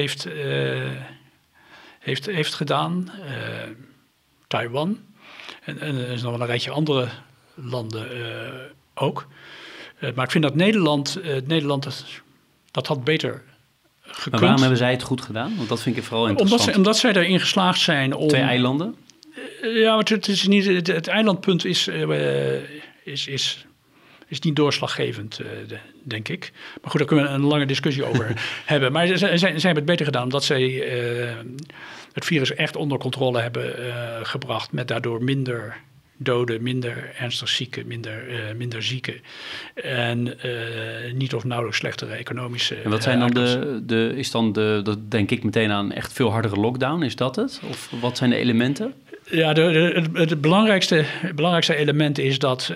Speaker 2: heeft gedaan. Taiwan. En er is nog wel een rijtje andere landen ook. Maar ik vind dat Nederland dat had beter gekund.
Speaker 3: Maar waarom hebben zij het goed gedaan? Want dat vind ik vooral interessant.
Speaker 2: Omdat zij erin geslaagd zijn om...
Speaker 3: 2 eilanden?
Speaker 2: Ja, het is niet, het eilandpunt is niet doorslaggevend, denk ik. Maar goed, daar kunnen we een lange discussie over hebben. Maar zij hebben het beter gedaan omdat zij het virus echt onder controle hebben gebracht. Met daardoor minder doden, minder ernstig zieken, minder zieken. En niet of nauwelijks slechtere economische...
Speaker 3: En wat zijn dan dat denk ik meteen aan echt veel hardere lockdown, is dat het? Of wat zijn de elementen? Ja,
Speaker 2: het belangrijkste element is dat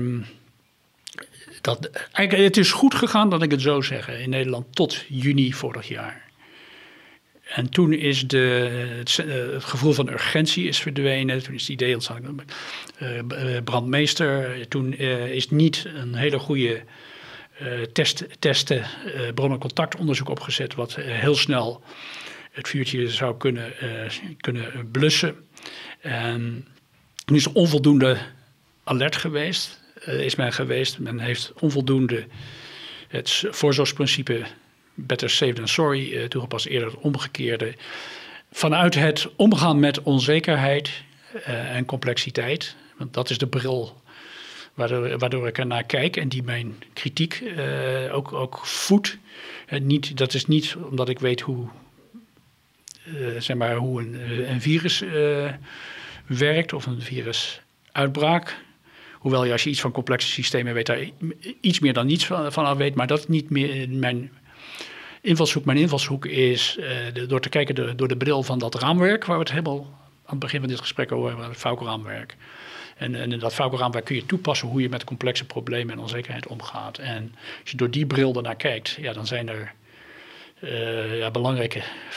Speaker 2: eigenlijk het is goed gegaan, dat ik het zo zeggen, in Nederland tot juni vorig jaar. En toen is het gevoel van urgentie is verdwenen. Toen is het idee ontstaan, brandmeester. Toen is niet een hele goede testen, bronnen-contactonderzoek opgezet, wat heel snel het vuurtje zou kunnen blussen. En toen is onvoldoende alert geweest. Men heeft onvoldoende het voorzorgsprincipe better safe than sorry toegepast, eerder het omgekeerde. Vanuit het omgaan met onzekerheid en complexiteit. Want dat is de bril waardoor ik ernaar kijk en die mijn kritiek ook voedt. Dat is niet omdat ik weet hoe een virus werkt of een virusuitbraak. Hoewel je als je iets van complexe systemen weet, daar iets meer dan niets van af weet. Maar dat niet meer mijn invalshoek. Mijn invalshoek is door te kijken door de bril van dat raamwerk, waar we het helemaal aan het begin van dit gesprek over hebben, het Fauco-raamwerk. En in dat Fauco-raamwerk kun je toepassen hoe je met complexe problemen en onzekerheid omgaat. En als je door die bril ernaar kijkt, ja, dan zijn er belangrijke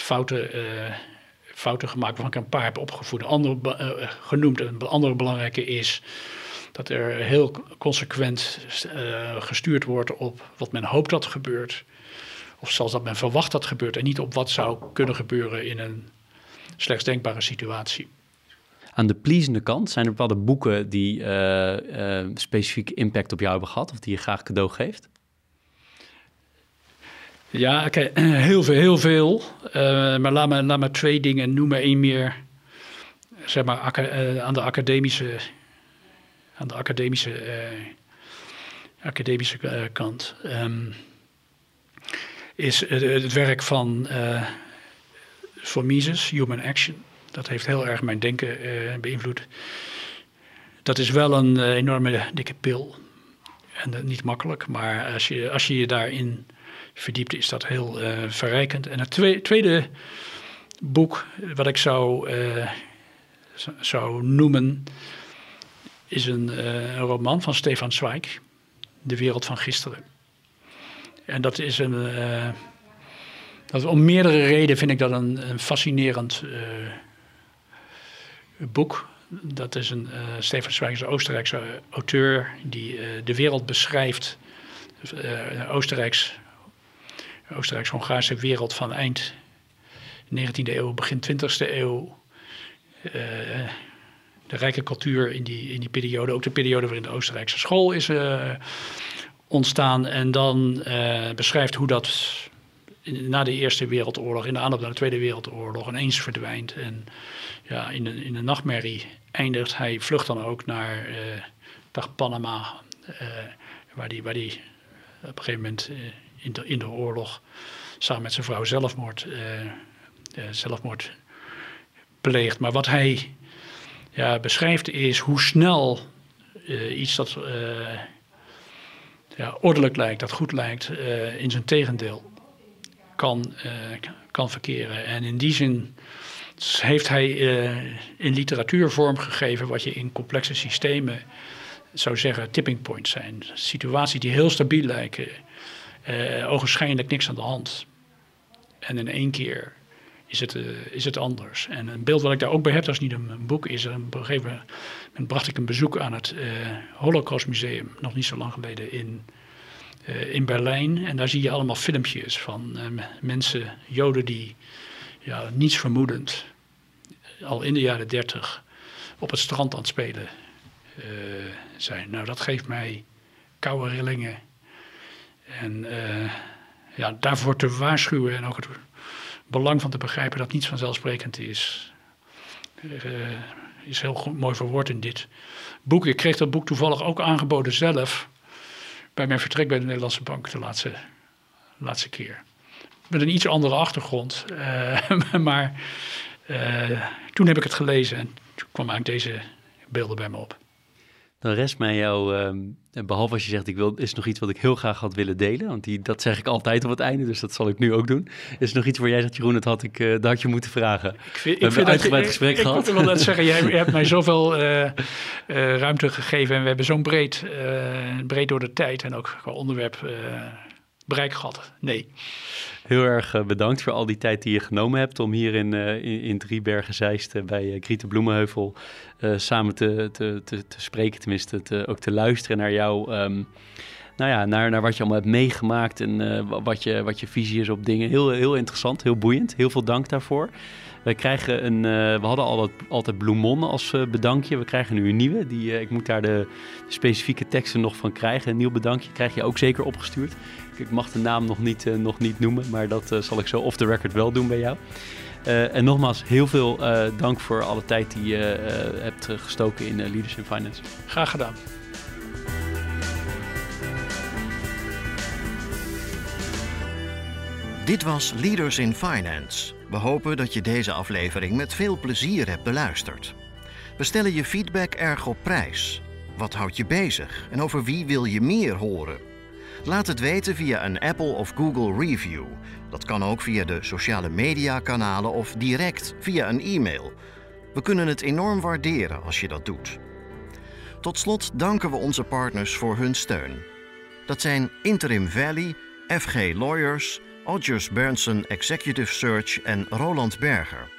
Speaker 2: fouten gemaakt waarvan ik een paar heb opgevoed. Genoemd. Een andere belangrijke is dat er heel consequent gestuurd wordt op wat men hoopt dat gebeurt. Of zelfs dat men verwacht dat gebeurt en niet op wat zou kunnen gebeuren in een slechts denkbare situatie.
Speaker 3: Aan de pleasende kant, zijn er bepaalde boeken die specifiek impact op jou hebben gehad of die je graag cadeau geeft?
Speaker 2: Ja, heel veel. Maar laat me 2 dingen noemen. 1 meer, zeg maar, aan de academische kant. Is het werk van Mises, Human Action. Dat heeft heel erg mijn denken beïnvloed. Dat is wel een enorme dikke pil. En niet makkelijk, maar als je je daarin verdiept, is dat heel verrijkend. En het tweede boek wat ik zou noemen, is een roman van Stefan Zweig, De wereld van gisteren. En dat is om meerdere redenen vind ik dat een fascinerend boek. Dat is Stefan Zweig is een Oostenrijkse auteur die de wereld beschrijft. Oostenrijks-Hongaarse wereld van eind 19e eeuw, begin 20e eeuw. De rijke cultuur in die periode. Ook de periode waarin de Oostenrijkse school is ontstaan. En dan beschrijft hoe dat na de Eerste Wereldoorlog, in de aanloop naar de Tweede Wereldoorlog, ineens verdwijnt. En ja, in een nachtmerrie eindigt. Hij vlucht dan ook naar Panama, waar die op een gegeven moment in de oorlog samen met zijn vrouw zelfmoord pleegt. Maar wat hij beschrijft is hoe snel iets dat ordelijk lijkt, dat goed lijkt, in zijn tegendeel kan verkeren. En in die zin heeft hij in literatuur vorm gegeven wat je in complexe systemen zou zeggen tipping points zijn. Situaties die heel stabiel lijken, ogenschijnlijk niks aan de hand. En in één keer is het anders. En een beeld wat ik daar ook bij heb, dat is niet een boek, is op een gegeven moment bracht ik een bezoek aan het Holocaust Museum, nog niet zo lang geleden in Berlijn. En daar zie je allemaal filmpjes van mensen, Joden die niets vermoedend al in de jaren 30 op het strand aan het spelen zijn. Nou, dat geeft mij koude rillingen. En daarvoor te waarschuwen en ook het belang van te begrijpen dat niets vanzelfsprekend is. Is heel goed, mooi verwoord in dit boek. Ik kreeg dat boek toevallig ook aangeboden zelf bij mijn vertrek bij de Nederlandse Bank de laatste keer. Met een iets andere achtergrond. Maar toen heb ik het gelezen en toen kwam eigenlijk deze beelden bij me op.
Speaker 3: Dan rest mij jou, behalve als je zegt, is nog iets wat ik heel graag had willen delen. Want dat zeg ik altijd op het einde, dus dat zal ik nu ook doen. Is er nog iets waar jij zegt, Jeroen, dat had je moeten vragen? We hebben een uitgebreid gesprek gehad.
Speaker 2: Ik wil net zeggen, jij hebt mij zoveel ruimte gegeven en we hebben zo'n breed door de tijd en ook qua onderwerp bereik gehad. Nee.
Speaker 3: Heel erg bedankt voor al die tijd die je genomen hebt om hier in Driebergen-Zeist bij Griete Bloemenheuvel samen te spreken, tenminste ook te luisteren naar jou, naar wat je allemaal hebt meegemaakt en wat je visie is op dingen. Heel, heel interessant, heel boeiend. Heel veel dank daarvoor. Wij krijgen we hadden altijd Blue Mon als bedankje. We krijgen nu een nieuwe. Ik moet daar de specifieke teksten nog van krijgen. Een nieuw bedankje krijg je ook zeker opgestuurd. Ik mag de naam nog niet noemen, maar dat zal ik zo off the record wel doen bij jou. En nogmaals, heel veel dank voor alle tijd die je hebt gestoken in Leaders in Finance.
Speaker 2: Graag gedaan.
Speaker 1: Dit was Leaders in Finance. We hopen dat je deze aflevering met veel plezier hebt beluisterd. We stellen je feedback erg op prijs. Wat houdt je bezig en over wie wil je meer horen? Laat het weten via een Apple of Google review. Dat kan ook via de sociale media kanalen of direct via een e-mail. We kunnen het enorm waarderen als je dat doet. Tot slot danken we onze partners voor hun steun. Dat zijn Interim Valley, FG Lawyers, Odgers Berndsen Executive Search en Roland Berger.